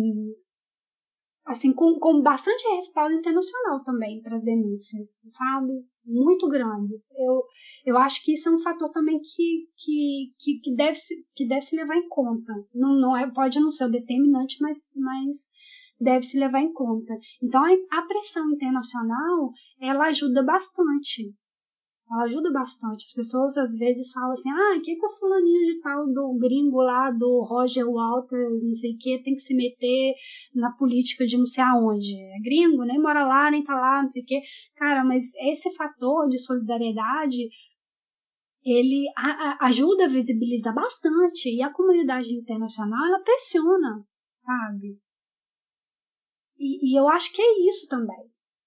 assim, com, com bastante respaldo internacional também para denúncias, sabe? Muito grandes. Eu, eu acho que isso é um fator também que, que, que, que, deve, se, que deve se levar em conta. Não, não é, pode não ser o determinante, mas, mas deve se levar em conta. Então, a pressão internacional, ela ajuda bastante. Ela ajuda bastante. As pessoas, às vezes, falam assim, ah, o que que o fulaninho de tal do gringo lá, do Roger Walters, não sei o que, tem que se meter na política de não sei aonde. É gringo, nem mora lá, nem tá lá, não sei o que. Cara, mas esse fator de solidariedade, ele a, a, ajuda a visibilizar bastante. E a comunidade internacional, ela pressiona, sabe? E, e eu acho que é isso também.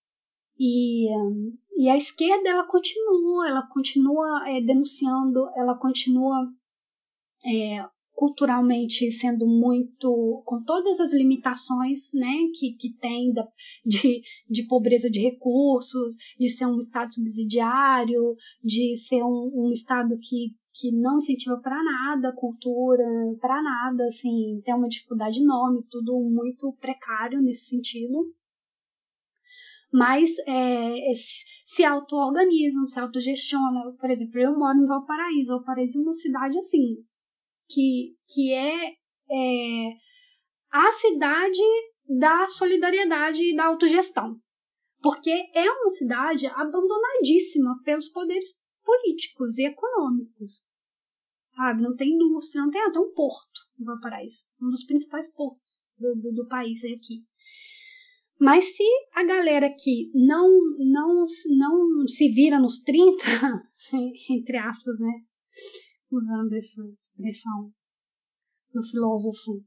E, e a esquerda, ela continua, ela continua é, denunciando, ela continua é, culturalmente sendo muito, com todas as limitações, né, que, que tem da, de, de pobreza de recursos, de ser um Estado subsidiário, de ser um, um Estado que, que não incentiva para nada a cultura, para nada, assim, tem uma dificuldade enorme, tudo muito precário nesse sentido. mas é, se auto-organizam, se autogestionam. Por exemplo, eu moro em Valparaíso. Valparaíso é uma cidade assim, que, que é, é a cidade da solidariedade e da autogestão. Porque é uma cidade abandonadíssima pelos poderes políticos e econômicos. Sabe? Não tem indústria, não tem até um porto em Valparaíso. Um dos principais portos do, do, do país é aqui. Mas se a galera aqui não, não, não se vira nos trinta, entre aspas, né? Usando essa expressão do filósofo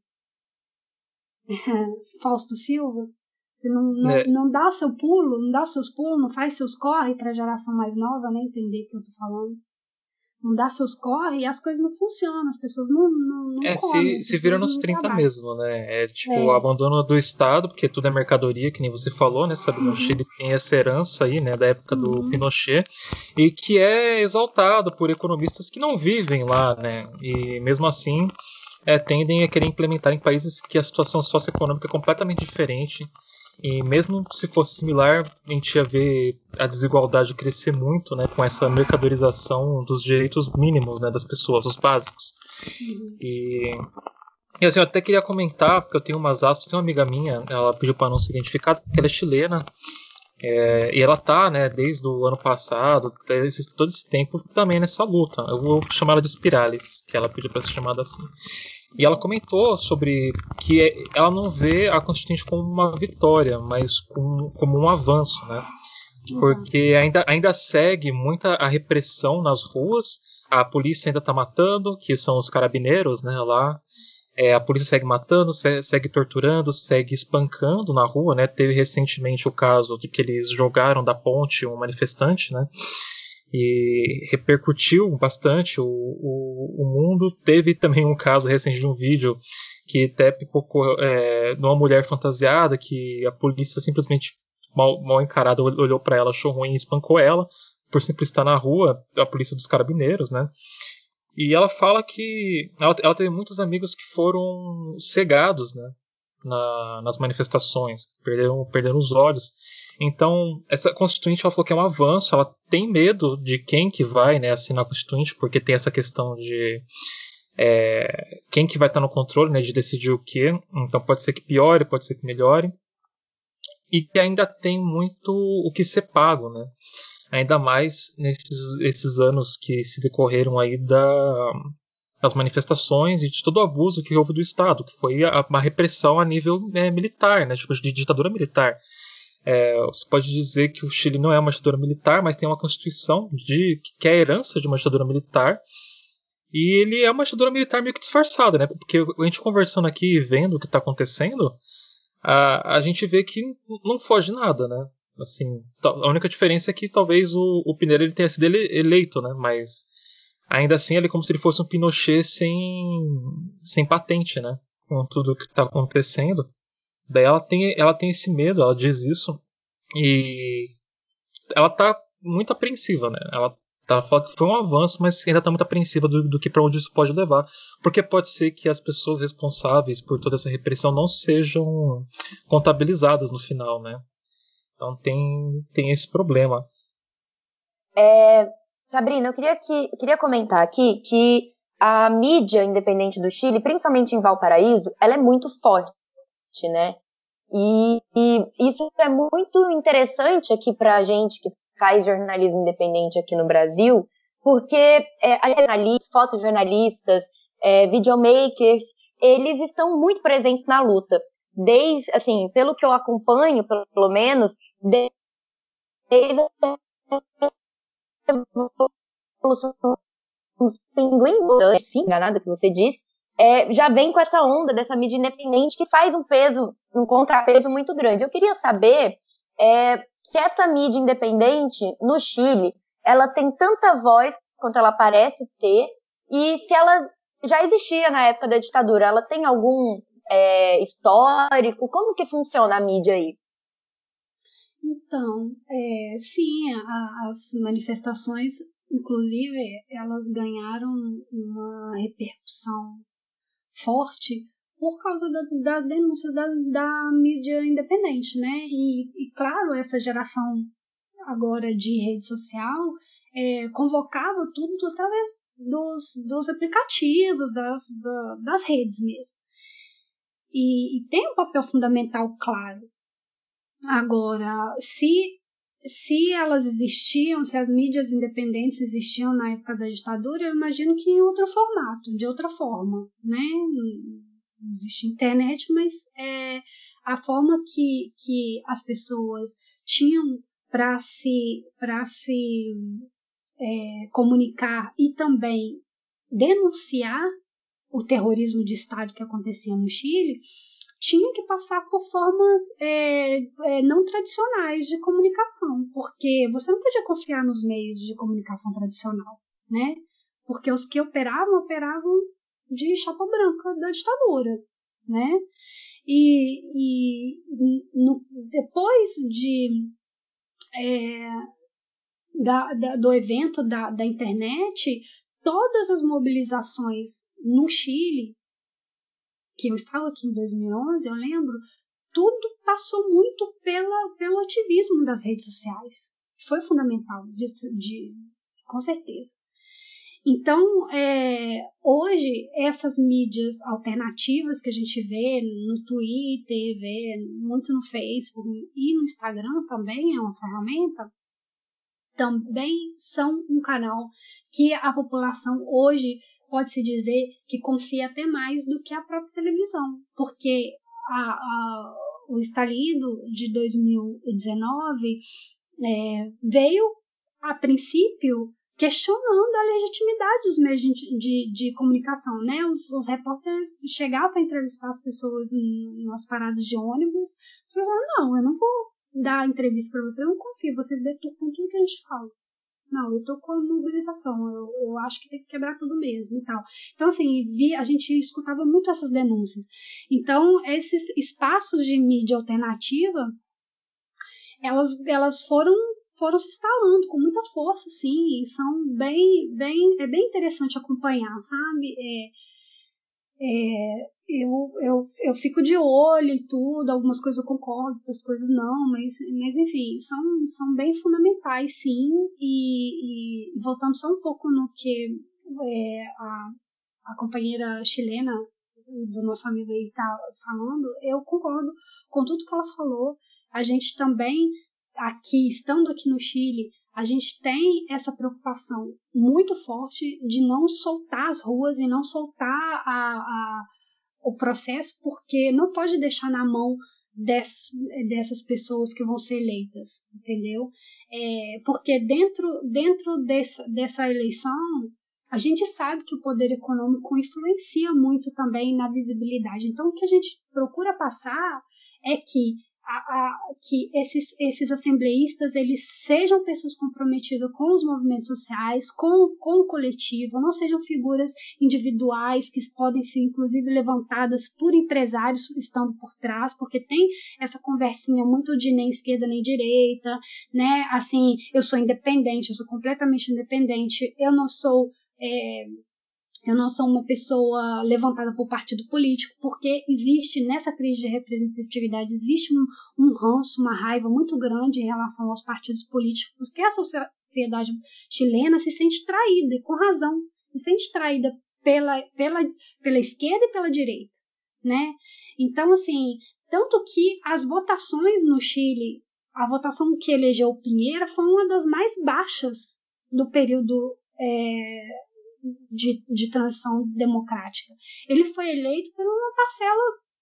Fausto Silva, você não, não, é. não dá o seu pulo, não dá os seus pulos, não faz seus corre para a geração mais nova, né? Entender o que eu tô falando. Não dá seus corre e as coisas não funcionam, as pessoas não, não, não é, comem. Se, se vira nos trinta trabalham. Mesmo, né? É tipo é. o abandono do Estado, porque tudo é mercadoria, que nem você falou, né? Sabe, uhum. O Chile tem essa herança aí, né? Da época uhum. do Pinochet, e que é exaltado por economistas que não vivem lá, né? E mesmo assim é, tendem a querer implementar em países que a situação socioeconômica é completamente diferente. E mesmo se fosse similar, a gente ia ver a desigualdade crescer muito, né, com essa mercadorização dos direitos mínimos, né, das pessoas, os básicos. Uhum. E, e assim, eu até queria comentar, porque eu tenho umas aspas, tem uma amiga minha, ela pediu para não ser identificada, porque ela é chilena, é, e ela tá, né, desde o ano passado, esse, todo esse tempo também nessa luta. Eu vou chamar ela de Spirales, que ela pediu para ser chamada assim. E ela comentou sobre que ela não vê a Constituinte como uma vitória, mas como, como um avanço, né? Porque ainda, ainda segue muita a repressão nas ruas, a polícia ainda está matando, que são os carabineiros, né, lá. É, a polícia segue matando, segue torturando, segue espancando na rua, né? Teve recentemente o caso de que eles jogaram da ponte um manifestante, né? E repercutiu bastante o, o, o mundo. Teve também um caso recente de um vídeo que até pipocou é, de uma mulher fantasiada que a polícia simplesmente mal, mal encarada olhou para ela, achou ruim e espancou ela por simplesmente estar na rua, a polícia dos carabineiros, né? E ela fala que ela, ela teve muitos amigos que foram cegados, né, na, nas manifestações, perderam, perderam os olhos. Então, essa Constituinte, ela falou que é um avanço, ela tem medo de quem que vai, né, assinar a Constituinte, porque tem essa questão de é, quem que vai estar no controle, né, de decidir o quê. Então pode ser que piore, pode ser que melhore. E que ainda tem muito o que ser pago, né? Ainda mais nesses esses anos que se decorreram aí da, das manifestações e de todo o abuso que houve do Estado, que foi a, uma repressão a nível é, militar, né, tipo, de ditadura militar. É, você pode dizer que o Chile não é uma ditadura militar, mas tem uma constituição de, que é a herança de uma ditadura militar, e ele é uma ditadura militar meio que disfarçada, né? Porque a gente conversando aqui e vendo o que está acontecendo, a, a gente vê que não foge nada, né? Assim, a única diferença é que talvez o, o Piñera ele tenha sido ele, eleito, né? Mas ainda assim ele é como se ele fosse um Pinochet sem, sem patente, né? Com tudo que está acontecendo. Daí ela tem, ela tem esse medo, ela diz isso, e ela tá muito apreensiva, né? Ela tá falando que foi um avanço, mas ainda tá muito apreensiva do, do que para onde isso pode levar, porque pode ser que as pessoas responsáveis por toda essa repressão não sejam contabilizadas no final, né? Então tem, tem esse problema. É, Sabrina, eu queria, que, queria comentar aqui que a mídia independente do Chile, principalmente em Valparaíso, ela é muito forte, né? E, e isso é muito interessante aqui pra gente que faz jornalismo independente aqui no Brasil, porque é, jornalistas, fotojornalistas, é, videomakers, eles estão muito presentes na luta. Desde, assim, pelo que eu acompanho, pelo, pelo menos, desde os pinguins, sim, enganada que você disse, é, já vem com essa onda dessa mídia independente que faz um peso, um contrapeso muito grande. Eu queria saber é, se essa mídia independente no Chile, ela tem tanta voz quanto ela parece ter, e se ela já existia na época da ditadura, ela tem algum é, histórico? Como que funciona a mídia aí? Então, é, sim, a, as manifestações, inclusive, elas ganharam uma repercussão forte por causa da, das denúncias da, da mídia independente, né? E, e, claro, essa geração agora de rede social é, convocava tudo através dos, dos aplicativos, das, da, das redes mesmo. E, e tem um papel fundamental, claro. Agora, se, se elas existiam, se as mídias independentes existiam na época da ditadura, eu imagino que em outro formato, de outra forma, né? Não existe internet, mas é, a forma que, que as pessoas tinham para se, para se é, comunicar e também denunciar o terrorismo de Estado que acontecia no Chile, tinha que passar por formas é, é, não tradicionais de comunicação, porque você não podia confiar nos meios de comunicação tradicional, né? Porque os que operavam, operavam de chapa branca da ditadura, né? E, e no, depois de é, da, da, do evento da, da internet, todas as mobilizações no Chile, que eu estava aqui em dois mil e onze, eu lembro, tudo passou muito pela, pelo ativismo das redes sociais. Foi fundamental, de, de, com certeza. Então, é, hoje, essas mídias alternativas que a gente vê no Twitter, vê muito no Facebook e no Instagram também é uma ferramenta, também são um canal que a população hoje pode-se dizer que confia até mais do que a própria televisão, porque a, a, o estalido de dois mil e dezenove é, veio, a princípio, questionando a legitimidade dos meios de, de, de comunicação, né? Os, os repórteres chegavam para entrevistar as pessoas em, nas paradas de ônibus, as pessoas falavam, não, eu não vou dar entrevista para vocês, eu não confio, vocês deturpam tudo que a gente fala. Não, eu tô com a mobilização, eu, eu acho que tem que quebrar tudo mesmo e tal. Então, assim, vi, a gente escutava muito essas denúncias. Então, esses espaços de mídia alternativa, elas, elas foram, foram se instalando com muita força, sim, e são bem, bem, é bem interessante acompanhar, sabe? É, é, eu, eu, eu fico de olho e tudo, algumas coisas eu concordo, outras coisas não, mas, mas enfim, são, são bem fundamentais, sim, e, e voltando só um pouco no que é, a, a companheira chilena do nosso amigo aí tá falando, eu concordo com tudo que ela falou. A gente também, aqui, estando aqui no Chile, a gente tem essa preocupação muito forte de não soltar as ruas e não soltar a, a, o processo, porque não pode deixar na mão dessas, dessas pessoas que vão ser eleitas, entendeu? É, porque dentro, dentro dessa, dessa eleição, a gente sabe que o poder econômico influencia muito também na visibilidade. Então, o que a gente procura passar é que A, a, que esses, esses assembleístas eles sejam pessoas comprometidas com os movimentos sociais, com, com o coletivo, não sejam figuras individuais que podem ser inclusive levantadas por empresários estando por trás, porque tem essa conversinha muito de nem esquerda nem direita, né? Assim, eu sou independente, eu sou completamente independente, eu não sou... É, Eu não sou uma pessoa levantada por partido político, porque existe, nessa crise de representatividade, existe um, um ranço, uma raiva muito grande em relação aos partidos políticos, que a sociedade chilena se sente traída, e com razão, se sente traída pela, pela, pela esquerda e pela direita, né? Então, assim, tanto que as votações no Chile, a votação que elegeu o Piñera foi uma das mais baixas no período... É, De, de transição democrática. Ele foi eleito por uma parcela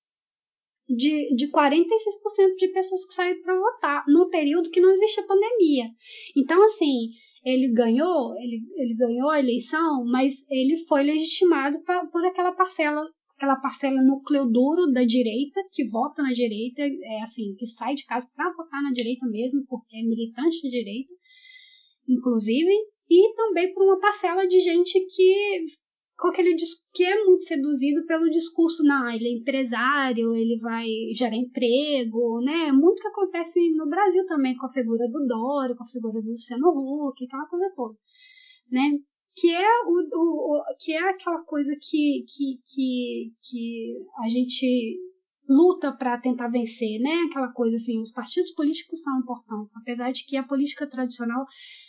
de, de quarenta e seis por cento de pessoas que saíram para votar, no período que não existia pandemia. Então, assim, ele ganhou, ele, ele ganhou a eleição, mas ele foi legitimado pra, por aquela parcela, aquela parcela núcleo duro da direita, que vota na direita, é assim, que sai de casa para votar na direita mesmo, porque é militante de direita, inclusive, e também por uma parcela de gente que, com aquele, que é muito seduzido pelo discurso, não, ele é empresário, ele vai gerar emprego, né? Muito que acontece no Brasil também, com a figura do Dória, com a figura do Luciano Huck, aquela coisa toda, né? que é, o, o, que é aquela coisa que, que, que, que a gente luta para tentar vencer, né? Aquela coisa assim, os partidos políticos são importantes, apesar de que a política tradicional,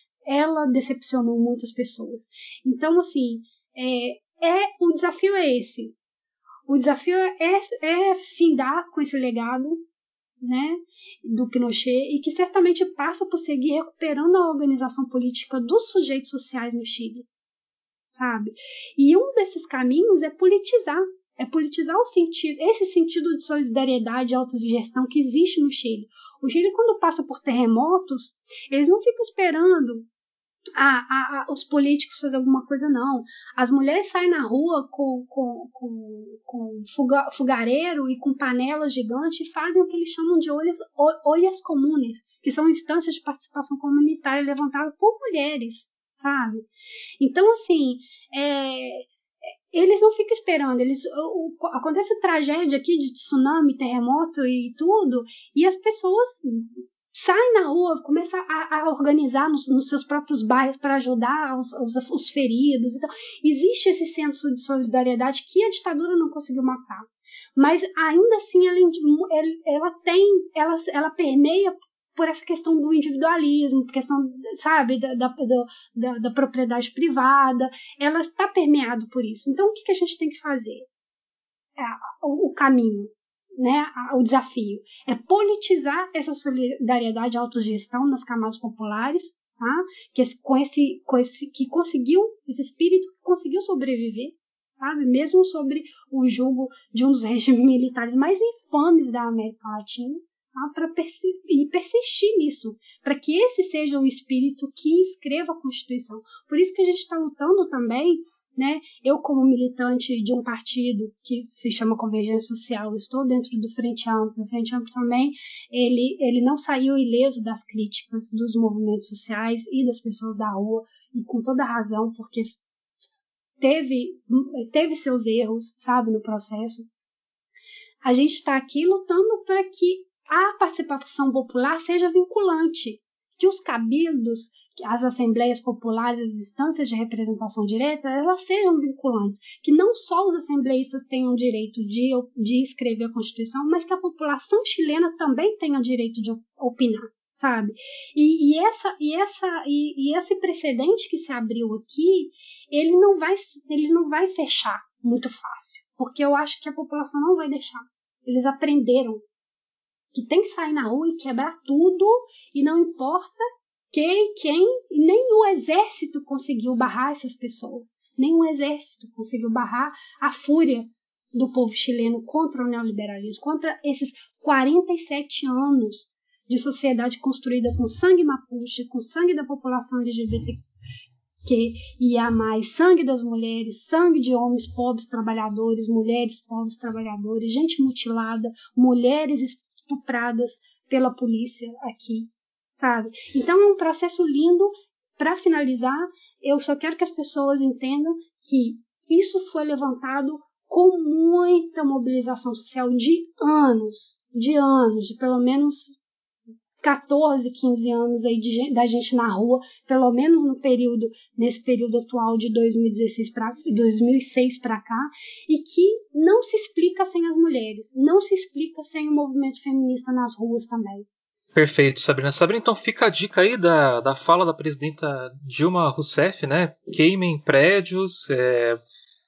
ela decepcionou muitas pessoas. Então, assim, é, é, o desafio é esse. O desafio é, é findar com esse legado, né, do Pinochet, e que certamente passa por seguir recuperando a organização política dos sujeitos sociais no Chile, sabe? E um desses caminhos é politizar, é politizar o sentido, esse sentido de solidariedade e autogestão que existe no Chile. O Chile, quando passa por terremotos, eles não ficam esperando Ah, ah, ah, os políticos fazer alguma coisa, não. As mulheres saem na rua com, com, com, com fuga, fogareiro e com panelas gigantes e fazem o que eles chamam de olhas, olhas comunes, que são instâncias de participação comunitária levantadas por mulheres, sabe? Então, assim, é, eles não ficam esperando. Eles, o, o, acontece tragédia aqui de tsunami, terremoto e tudo, e as pessoas sai na rua, começa a, a organizar nos, nos seus próprios bairros para ajudar os, os, os feridos. Então, existe esse senso de solidariedade que a ditadura não conseguiu matar. Mas, ainda assim, ela, ela tem, ela, ela permeia por essa questão do individualismo, questão, sabe, da, da, da, da propriedade privada. Ela está permeada por isso. Então, o que, que a gente tem que fazer? É, o, o caminho. Né, o desafio é politizar essa solidariedade e autogestão nas camadas populares, tá? que, com esse, com esse, que conseguiu, esse espírito que conseguiu sobreviver, sabe? Mesmo sobre o jugo de um dos regimes militares mais infames da América Latina, tá? Para persistir, e persistir nisso, para que esse seja o espírito que escreva a Constituição. Por isso que a gente está lutando também, né? Eu, como militante de um partido que se chama Convergência Social, estou dentro do Frente Amplo. O Frente Amplo também, ele, ele não saiu ileso das críticas dos movimentos sociais e das pessoas da rua, e com toda razão, porque teve, teve seus erros, sabe, no processo. A gente está aqui lutando para que a participação popular seja vinculante, que os cabildos, as assembleias populares, as instâncias de representação direta, elas sejam vinculantes, que não só os assembleístas tenham direito de, de escrever a Constituição, mas que a população chilena também tenha direito de opinar, sabe? E, e, essa, e, essa, e, e esse precedente que se abriu aqui, ele não vai, ele não vai fechar muito fácil, porque eu acho que a população não vai deixar. Eles aprenderam que tem que sair na rua e quebrar tudo, e não importa que, quem, nem o exército conseguiu barrar essas pessoas, nem o exército conseguiu barrar a fúria do povo chileno contra o neoliberalismo, contra esses quarenta e sete anos de sociedade construída com sangue mapuche, com sangue da população L G B T Q I A mais, sangue das mulheres, sangue de homens pobres trabalhadores, mulheres pobres trabalhadores, gente mutilada, mulheres estupradas pela polícia aqui, sabe? Então é um processo lindo. Para finalizar, eu só quero que as pessoas entendam que isso foi levantado com muita mobilização social de anos, de anos, de pelo menos catorze, quinze anos aí de, da gente na rua, pelo menos no período, nesse período atual de dois mil e dezesseis para dois mil e seis para cá, e que não se explica sem as mulheres, não se explica sem o movimento feminista nas ruas também. Perfeito, Sabrina. Sabrina, então fica a dica aí da, da fala da presidenta Dilma Rousseff, né? Queimem prédios, é...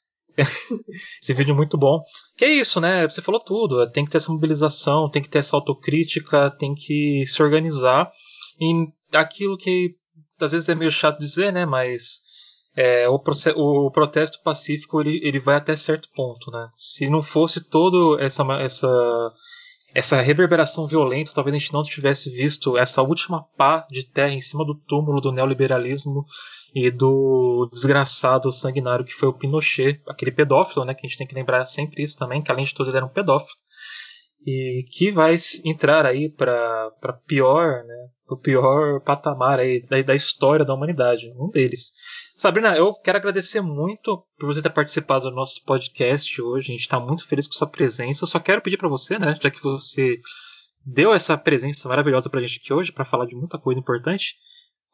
esse vídeo é muito bom. Que é isso, né? Você falou tudo. Tem que ter essa mobilização, tem que ter essa autocrítica, tem que se organizar em aquilo que às vezes é meio chato dizer, né? Mas é, o, o protesto pacífico ele, ele vai até certo ponto, né? Se não fosse toda essa, essa, essa reverberação violenta, talvez a gente não tivesse visto essa última pá de terra em cima do túmulo do neoliberalismo e do desgraçado sanguinário que foi o Pinochet, aquele pedófilo, né, que a gente tem que lembrar sempre isso também, que além de tudo ele era um pedófilo, e que vai entrar aí para pior, né, o pior patamar aí da, da história da humanidade, um deles. Sabrina, eu quero agradecer muito por você ter participado do nosso podcast hoje, a gente está muito feliz com sua presença. Eu só quero pedir para você, né, já que você deu essa presença maravilhosa para a gente aqui hoje, para falar de muita coisa importante,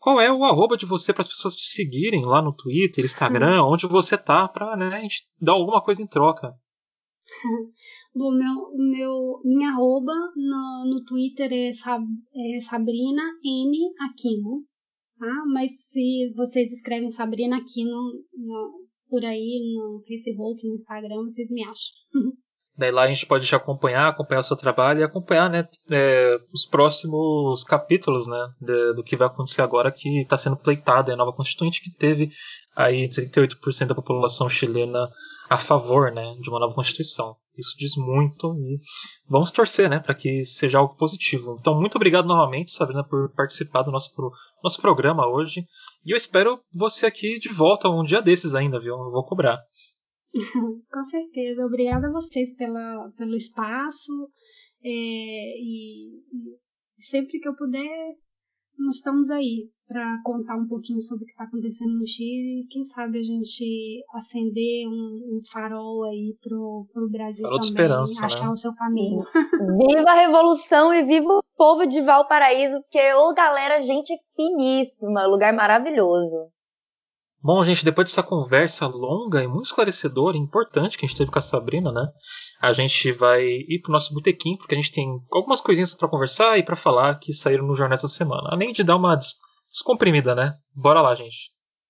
qual é o arroba de você para as pessoas te seguirem lá no Twitter, Instagram, hum. onde você tá, para, né, a gente dar alguma coisa em troca. Bom, meu, meu, minha arroba no, no Twitter é, Sab, é Sabrina N Aquino, tá? Mas se vocês escrevem Sabrina Aquino no, por aí no Facebook, no Instagram, vocês me acham. Daí lá a gente pode te acompanhar, acompanhar o seu trabalho e acompanhar, né, é, os próximos capítulos, né, de, do que vai acontecer agora, que está sendo pleitada a nova Constituinte, que teve aí trinta e oito por cento da população chilena a favor, né, de uma nova Constituição. Isso diz muito e vamos torcer, né, para que seja algo positivo. Então, muito obrigado novamente, Sabrina, por participar do nosso, pro, nosso programa hoje. E eu espero você aqui de volta um dia desses ainda, viu? Eu vou cobrar. Com certeza. Obrigada a vocês pela, pelo espaço. É, e, e sempre que eu puder, nós estamos aí para contar um pouquinho sobre o que está acontecendo no Chile. Quem sabe a gente acender um, um farol aí pro, pro Brasil farol também, de esperança, achar né? o seu caminho. Viva a Revolução e viva o povo de Valparaíso, porque, ô galera, gente finíssima, lugar maravilhoso. Bom, gente, depois dessa conversa longa e muito esclarecedora e importante que a gente teve com a Sabrina, né? A gente vai ir pro nosso botequim, porque a gente tem algumas coisinhas para conversar e para falar que saíram no jornal essa semana. Além de dar uma des- descomprimida, né? Bora lá, gente.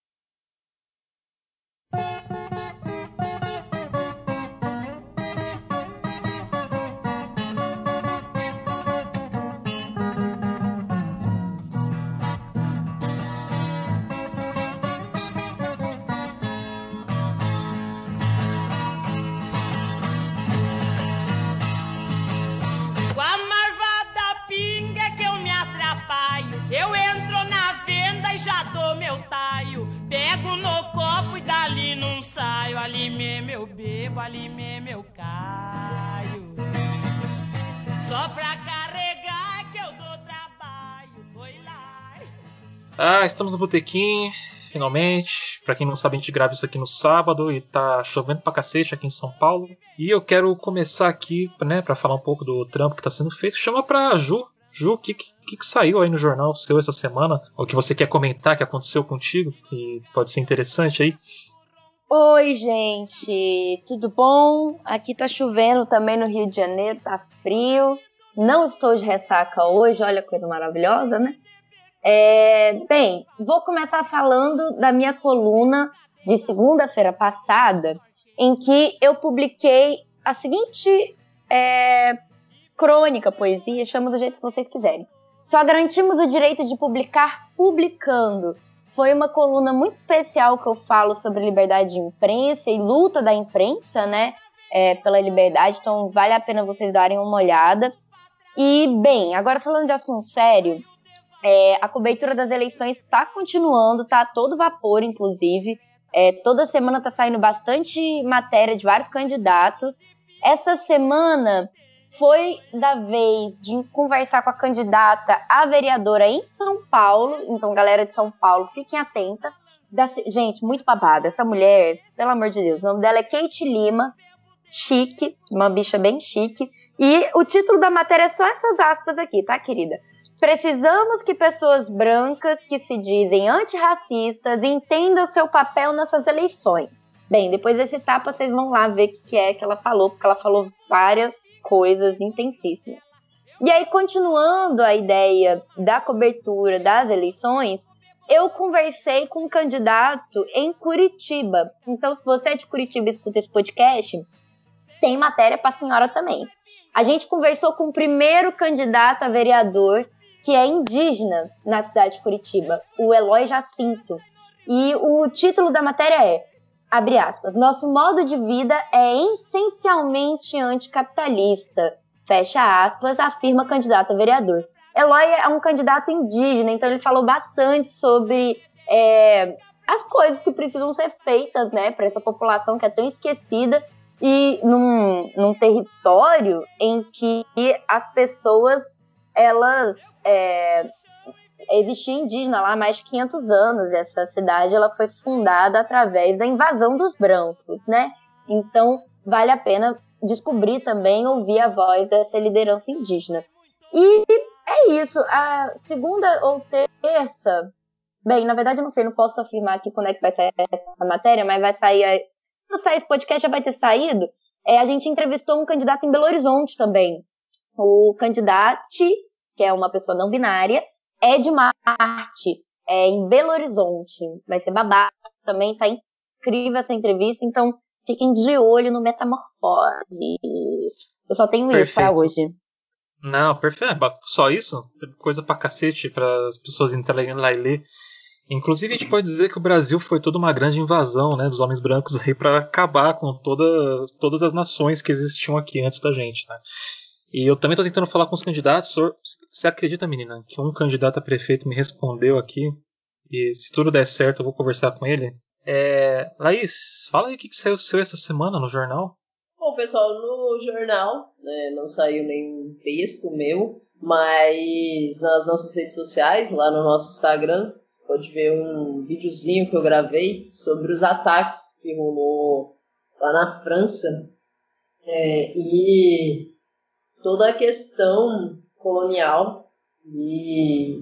Ali mesmo eu bebo, ali mesmo eu caio. Só pra carregar que eu dou trabalho. Foi lá. Ah, estamos no botequim, finalmente. Pra quem não sabe, a gente grava isso aqui no sábado e tá chovendo pra cacete aqui em São Paulo. E eu quero começar aqui, né, pra falar um pouco do trampo que tá sendo feito. Chama pra Ju. Ju, o que, que, que saiu aí no jornal seu essa semana? Ou que você quer comentar que aconteceu contigo, que pode ser interessante aí? Oi, gente, tudo bom? Aqui tá chovendo também no Rio de Janeiro, tá frio. Não estou de ressaca hoje, olha que coisa maravilhosa, né? É, bem, vou começar falando da minha coluna de segunda-feira passada, em que eu publiquei a seguinte é, crônica, poesia, chama do jeito que vocês quiserem. Só garantimos o direito de publicar publicando. Foi uma coluna muito especial que eu falo sobre liberdade de imprensa e luta da imprensa, né, é, pela liberdade, então vale a pena vocês darem uma olhada. E, bem, agora falando de assunto sério, é, a cobertura das eleições está continuando, está a todo vapor, inclusive. É, toda semana está saindo bastante matéria de vários candidatos. Essa semana foi da vez de conversar com a candidata a vereadora em São Paulo. Então, galera de São Paulo, fiquem atenta. Da, gente, muito babada. Essa mulher, pelo amor de Deus, o nome dela é Kate Lima, chique, uma bicha bem chique. E o título da matéria é só essas aspas aqui, tá, querida? Precisamos que pessoas brancas que se dizem antirracistas entendam seu papel nessas eleições. Bem, depois desse tapa, vocês vão lá ver o que, que é que ela falou, porque ela falou várias coisas intensíssimas. E aí, continuando a ideia da cobertura das eleições, eu conversei com um candidato em Curitiba. Então, se você é de Curitiba e escuta esse podcast, tem matéria para a senhora também. A gente conversou com o primeiro candidato a vereador que é indígena na cidade de Curitiba, o Eloy Jacinto. E o título da matéria é, abre aspas, nosso modo de vida é essencialmente anticapitalista, fecha aspas, afirma o candidato a vereador. Eloy é um candidato indígena, então ele falou bastante sobre é, as coisas que precisam ser feitas, né, para essa população que é tão esquecida e num, num território em que as pessoas, elas... É, existia indígena lá há mais de quinhentos anos. Essa cidade ela foi fundada através da invasão dos brancos, né? Então, vale a pena descobrir também, ouvir a voz dessa liderança indígena. E é isso. A segunda ou terça, Bem, na verdade eu não sei, não posso afirmar aqui quando é que vai sair essa matéria, mas vai sair, quando sair esse podcast já vai ter saído. É, a gente entrevistou um candidato em Belo Horizonte também. O candidato, que é uma pessoa não binária, é de Marte, é em Belo Horizonte. Vai ser babado também, tá incrível essa entrevista, então fiquem de olho no Metamorfose. Eu só tenho Perfeito. isso pra hoje. Não, perfeito. Só isso? Coisa pra cacete para as pessoas entrarem lá e ler. Inclusive, a gente pode dizer que o Brasil foi toda uma grande invasão, né, dos homens brancos aí para acabar com todas, todas as nações que existiam aqui antes da gente, né? E eu também estou tentando falar com os candidatos. Você acredita, menina, que um candidato a prefeito me respondeu aqui? E se tudo der certo, eu vou conversar com ele. É... Laís, fala aí o que, que saiu seu essa semana no jornal. Bom, pessoal, no jornal, né, não saiu nenhum texto meu, mas nas nossas redes sociais, lá no nosso Instagram, você pode ver um videozinho que eu gravei sobre os ataques que rolou lá na França. É, e toda a questão colonial e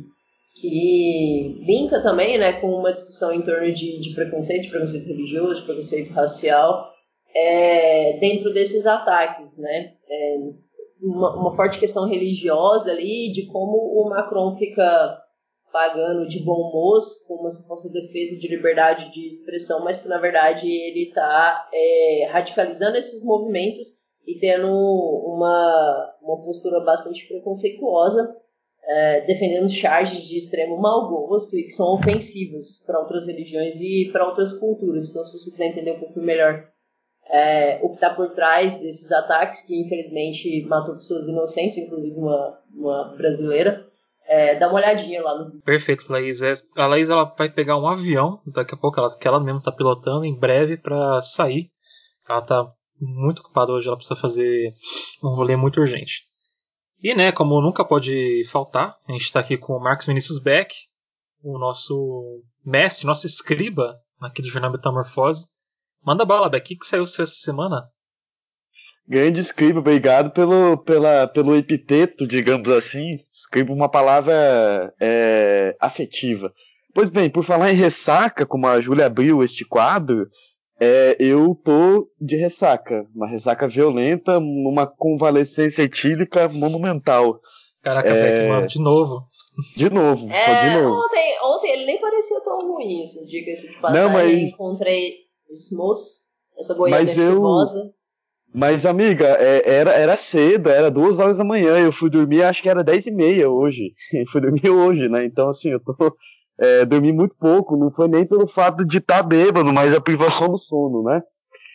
que linka também, né, com uma discussão em torno de, de preconceito, de preconceito religioso, de preconceito racial, é, dentro desses ataques, né, é, uma, uma forte questão religiosa ali, de como o Macron fica pagando de bom moço, como se fosse defesa de liberdade de expressão, mas que na verdade ele está é, radicalizando esses movimentos e tendo uma, uma postura bastante preconceituosa, é, defendendo charges de extremo mau gosto e que são ofensivas para outras religiões e para outras culturas. Então, se você quiser entender um pouco melhor é, o que está por trás desses ataques, que infelizmente matou pessoas inocentes, inclusive uma, uma brasileira, é, dá uma olhadinha lá no... Perfeito, Laís. A Laís ela vai pegar um avião, daqui a pouco, ela, que ela mesma está pilotando, em breve, para sair. Ela está muito ocupada hoje, ela precisa fazer um rolê muito urgente. E, né, como nunca pode faltar, a gente está aqui com o Marcos Vinícius Beck, o nosso mestre, nosso escriba aqui do Jornal Metamorfose. Manda bala, Beck, o que, que saiu seu essa semana? Grande escriba, obrigado pelo, pela, pelo epiteto, digamos assim. Escriba uma palavra é, afetiva. Pois bem, por falar em ressaca, como a Júlia abriu este quadro, é, eu tô de ressaca. Uma ressaca violenta, numa convalescência etílica monumental. Caraca, é... Beck, mano, de novo. De novo, é, de novo. Ontem, ontem ele nem parecia tão ruim, assim, diga-se de passagem. Não, mas... Eu encontrei esse moço, essa Goiânia eu... chuvosa. Mas, amiga, é, era, era cedo, era duas horas da manhã, eu fui dormir, acho que era dez e meia hoje, eu fui dormir hoje, né, então assim, eu tô, é, dormi muito pouco, não foi nem pelo fato de estar bêbado, mas a privação do sono, né.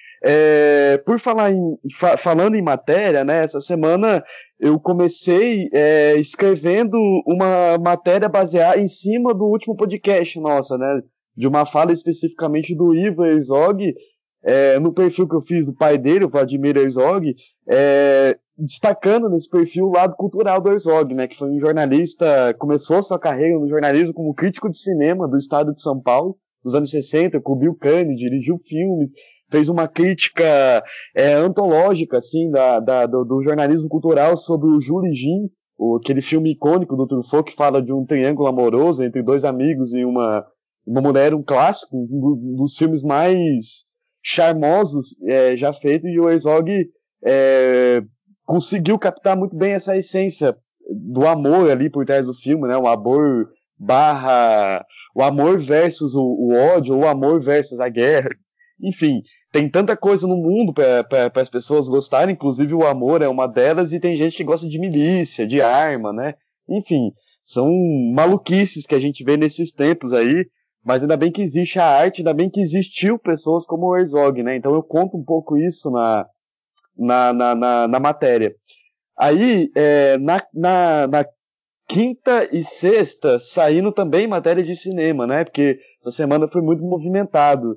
É, por falar em, fa, falando em matéria, né, essa semana eu comecei é, escrevendo uma matéria baseada em cima do último podcast, nossa, né, de uma fala especificamente do Ivan Herzog, É, no perfil que eu fiz do pai dele, o Vladimir Herzog, é, destacando nesse perfil o lado cultural do Herzog, né, que foi um jornalista, começou sua carreira no jornalismo como crítico de cinema do estado de São Paulo, nos anos sessenta, cobriu Cannes, dirigiu filmes, fez uma crítica é, antológica assim, da, da, do, do jornalismo cultural sobre o Jules Jim, o, aquele filme icônico do Truffaut que fala de um triângulo amoroso entre dois amigos e uma, uma mulher, um clássico, um dos, um dos filmes mais charmosos é, já feito, e o Herzog é, conseguiu captar muito bem essa essência do amor ali por trás do filme, né? O amor barra o amor versus o, o ódio, ou o amor versus a guerra. Enfim, tem tanta coisa no mundo para as pessoas gostarem, inclusive o amor é uma delas, e tem gente que gosta de milícia, de arma, né? Enfim, são maluquices que a gente vê nesses tempos aí. Mas ainda bem que existe a arte, ainda bem que existiu pessoas como o Herzog, né? Então eu conto um pouco isso na, na, na, na, na matéria. Aí, é, na, na, na quinta e sexta, saindo também matéria de cinema, né? Porque essa semana foi muito movimentado.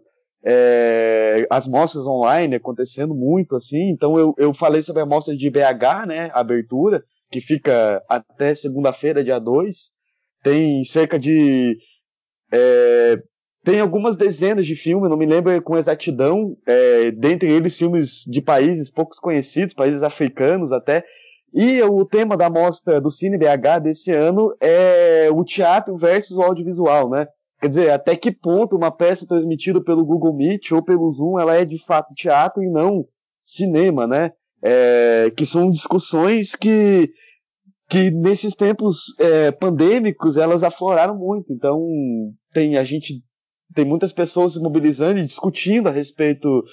É, as mostras online acontecendo muito, assim. Então eu, eu falei sobre a mostra de B H, né? A abertura, que fica até segunda-feira, dia dois. Tem cerca de... É, tem algumas dezenas de filmes, não me lembro com exatidão, é, dentre eles filmes de países poucos conhecidos, países africanos até, e o tema da mostra do Cine B H desse ano é o teatro versus o audiovisual, né? Quer dizer, até que ponto uma peça transmitida pelo Google Meet ou pelo Zoom, ela é de fato teatro e não cinema, né? É, que são discussões que, que nesses tempos é, pandêmicos, elas afloraram muito. Então, tem, a gente tem muitas pessoas se mobilizando e discutindo a respeito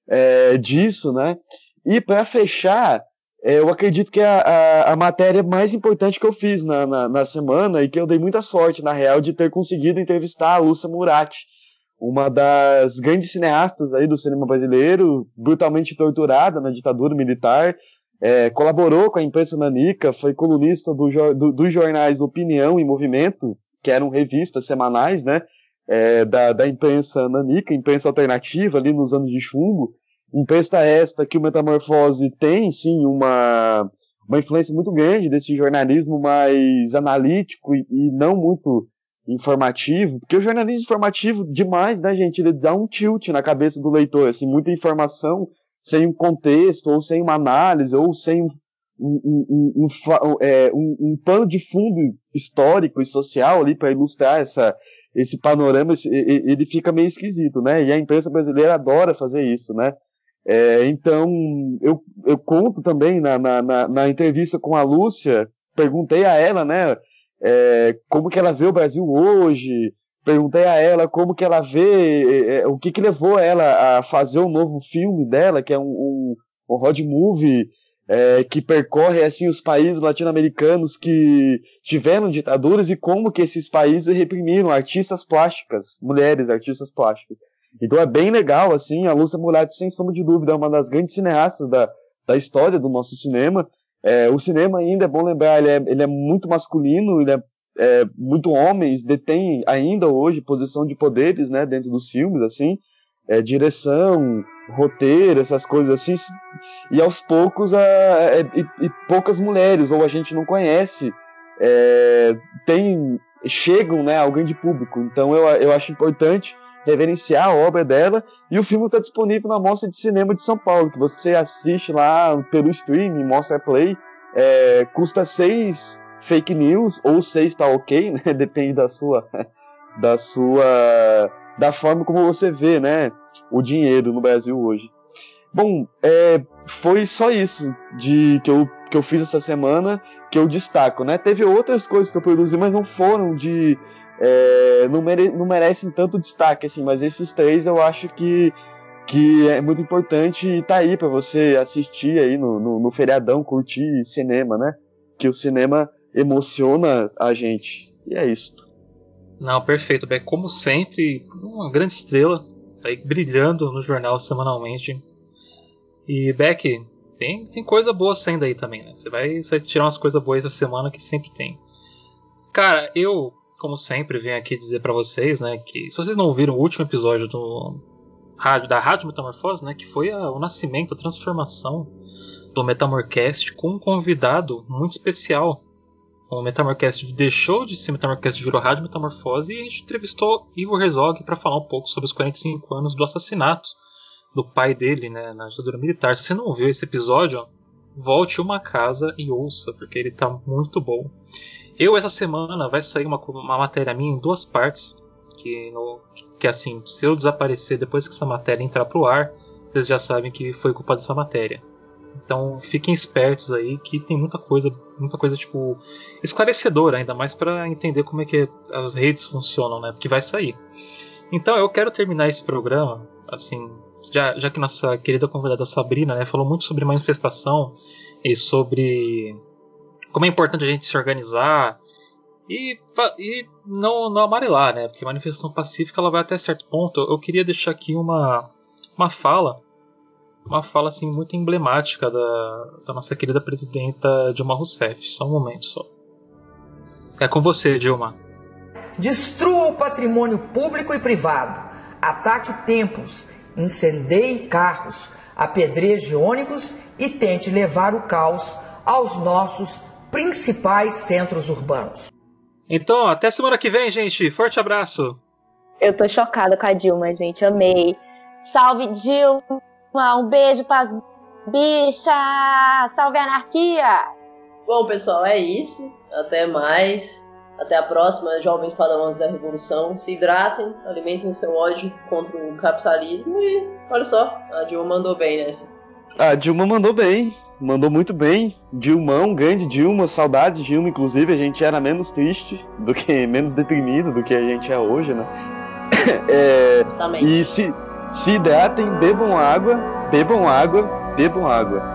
é, disso, né? E para fechar, é, eu acredito que a, a, a matéria mais importante que eu fiz na, na, na semana, e que eu dei muita sorte, na real, de ter conseguido entrevistar a Lúcia Murati, uma das grandes cineastas aí do cinema brasileiro, brutalmente torturada na ditadura militar, é, colaborou com a imprensa nanica, foi colunista do, do, dos jornais Opinião e Movimento, que eram revistas semanais, né, é, da, da imprensa nanica, imprensa alternativa ali nos anos de chumbo. Imprensa esta que o Metamorfose tem, sim, uma, uma influência muito grande desse jornalismo mais analítico e, e não muito informativo, porque o jornalismo informativo demais, né, gente, ele dá um tilt na cabeça do leitor, assim, muita informação sem um contexto, ou sem uma análise, ou sem um, um, um, um, é, um, um pano de fundo histórico e social ali para ilustrar essa, esse panorama, esse, ele fica meio esquisito, né, e a imprensa brasileira adora fazer isso, né. É, então, eu, eu conto também na, na, na, na entrevista com a Lúcia, perguntei a ela, né, é, como que ela vê o Brasil hoje, perguntei a ela como que ela vê, é, o que que levou ela a fazer o novo filme dela, que é um, um, um road movie, é, que percorre, assim, os países latino-americanos que tiveram ditaduras e como que esses países reprimiram artistas plásticas, mulheres artistas plásticas. Então é bem legal, assim, a Lúcia Murati, sem sombra de dúvida, é uma das grandes cineastas da, da história do nosso cinema. É, o cinema ainda, é bom lembrar, ele é, ele é muito masculino, ele é, é muito homens, detém ainda hoje posição de poderes, né, dentro dos filmes, assim, é, direção, roteiro, essas coisas assim, e aos poucos, a, é, e, e poucas mulheres, ou a gente não conhece, é, tem, chegam, né, ao grande público. Então eu, eu acho importante reverenciar a obra dela, e o filme está disponível na Mostra de Cinema de São Paulo, que você assiste lá pelo streaming, Mostra Play, é, custa seis fake news, ou seis tá ok, né, depende da sua, da sua, da forma como você vê, né, o dinheiro no Brasil hoje. Bom, é, foi só isso de, que, eu, que eu fiz essa semana, que eu destaco, né, teve outras coisas que eu produzi, mas não foram de... É, não, mere, não merecem tanto destaque, assim, mas esses três eu acho que, que é muito importante e tá aí pra você assistir aí no, no, no feriadão, curtir cinema, né? Que o cinema emociona a gente. E é isso. Não, perfeito, Beck. Como sempre, uma grande estrela, tá aí brilhando no jornal semanalmente. E Beck, tem, tem coisa boa saindo aí também, né? Você vai, você vai tirar umas coisas boas essa semana que sempre tem. Cara, eu... como sempre, venho aqui dizer pra vocês, né, que se vocês não ouviram o último episódio do rádio, da Rádio Metamorfose, né, que foi a, o nascimento, a transformação do Metamorcast com um convidado muito especial. O Metamorcast deixou de ser Metamorcast, virou Rádio Metamorfose, e a gente entrevistou Ivo Herzog para falar um pouco sobre os quarenta e cinco anos do assassinato do pai dele, né, na ditadura militar. Se você não ouviu esse episódio, volte uma casa e ouça, porque ele tá muito bom. Eu, essa semana, vai sair uma, uma matéria minha em duas partes, que, no, que assim, se eu desaparecer depois que essa matéria entrar pro ar, vocês já sabem que foi culpa dessa matéria. Então fiquem espertos aí, que tem muita coisa, muita coisa tipo esclarecedora, ainda mais para entender como é que as redes funcionam, né? Porque vai sair. Então eu quero terminar esse programa, assim, já, já que nossa querida convidada Sabrina, né, falou muito sobre manifestação e sobre como é importante a gente se organizar e, e não, não amarelar, né? Porque a manifestação pacífica ela vai até certo ponto. Eu, eu queria deixar aqui uma, uma fala, uma fala assim muito emblemática da, da nossa querida presidenta Dilma Rousseff. Só um momento só. É com você, Dilma. Destrua o patrimônio público e privado, ataque templos, incendeie carros, apedreje ônibus e tente levar o caos aos nossos principais centros urbanos. Então, até semana que vem, gente. Forte abraço. Eu tô chocada com a Dilma, gente. Amei. Salve, Dilma. Um beijo pras bichas. Salve a anarquia. Bom, pessoal, é isso. Até mais. Até a próxima, jovens padawans da Revolução. Se hidratem, alimentem o seu ódio contra o capitalismo e, olha só, a Dilma mandou bem nessa. A Dilma mandou bem, mandou muito bem. Dilmão, grande Dilma, saudades de Dilma, inclusive a gente era menos triste, do que menos deprimido do que a gente é hoje, né? É, e se, se hidratem, bebam água, bebam água, bebam água.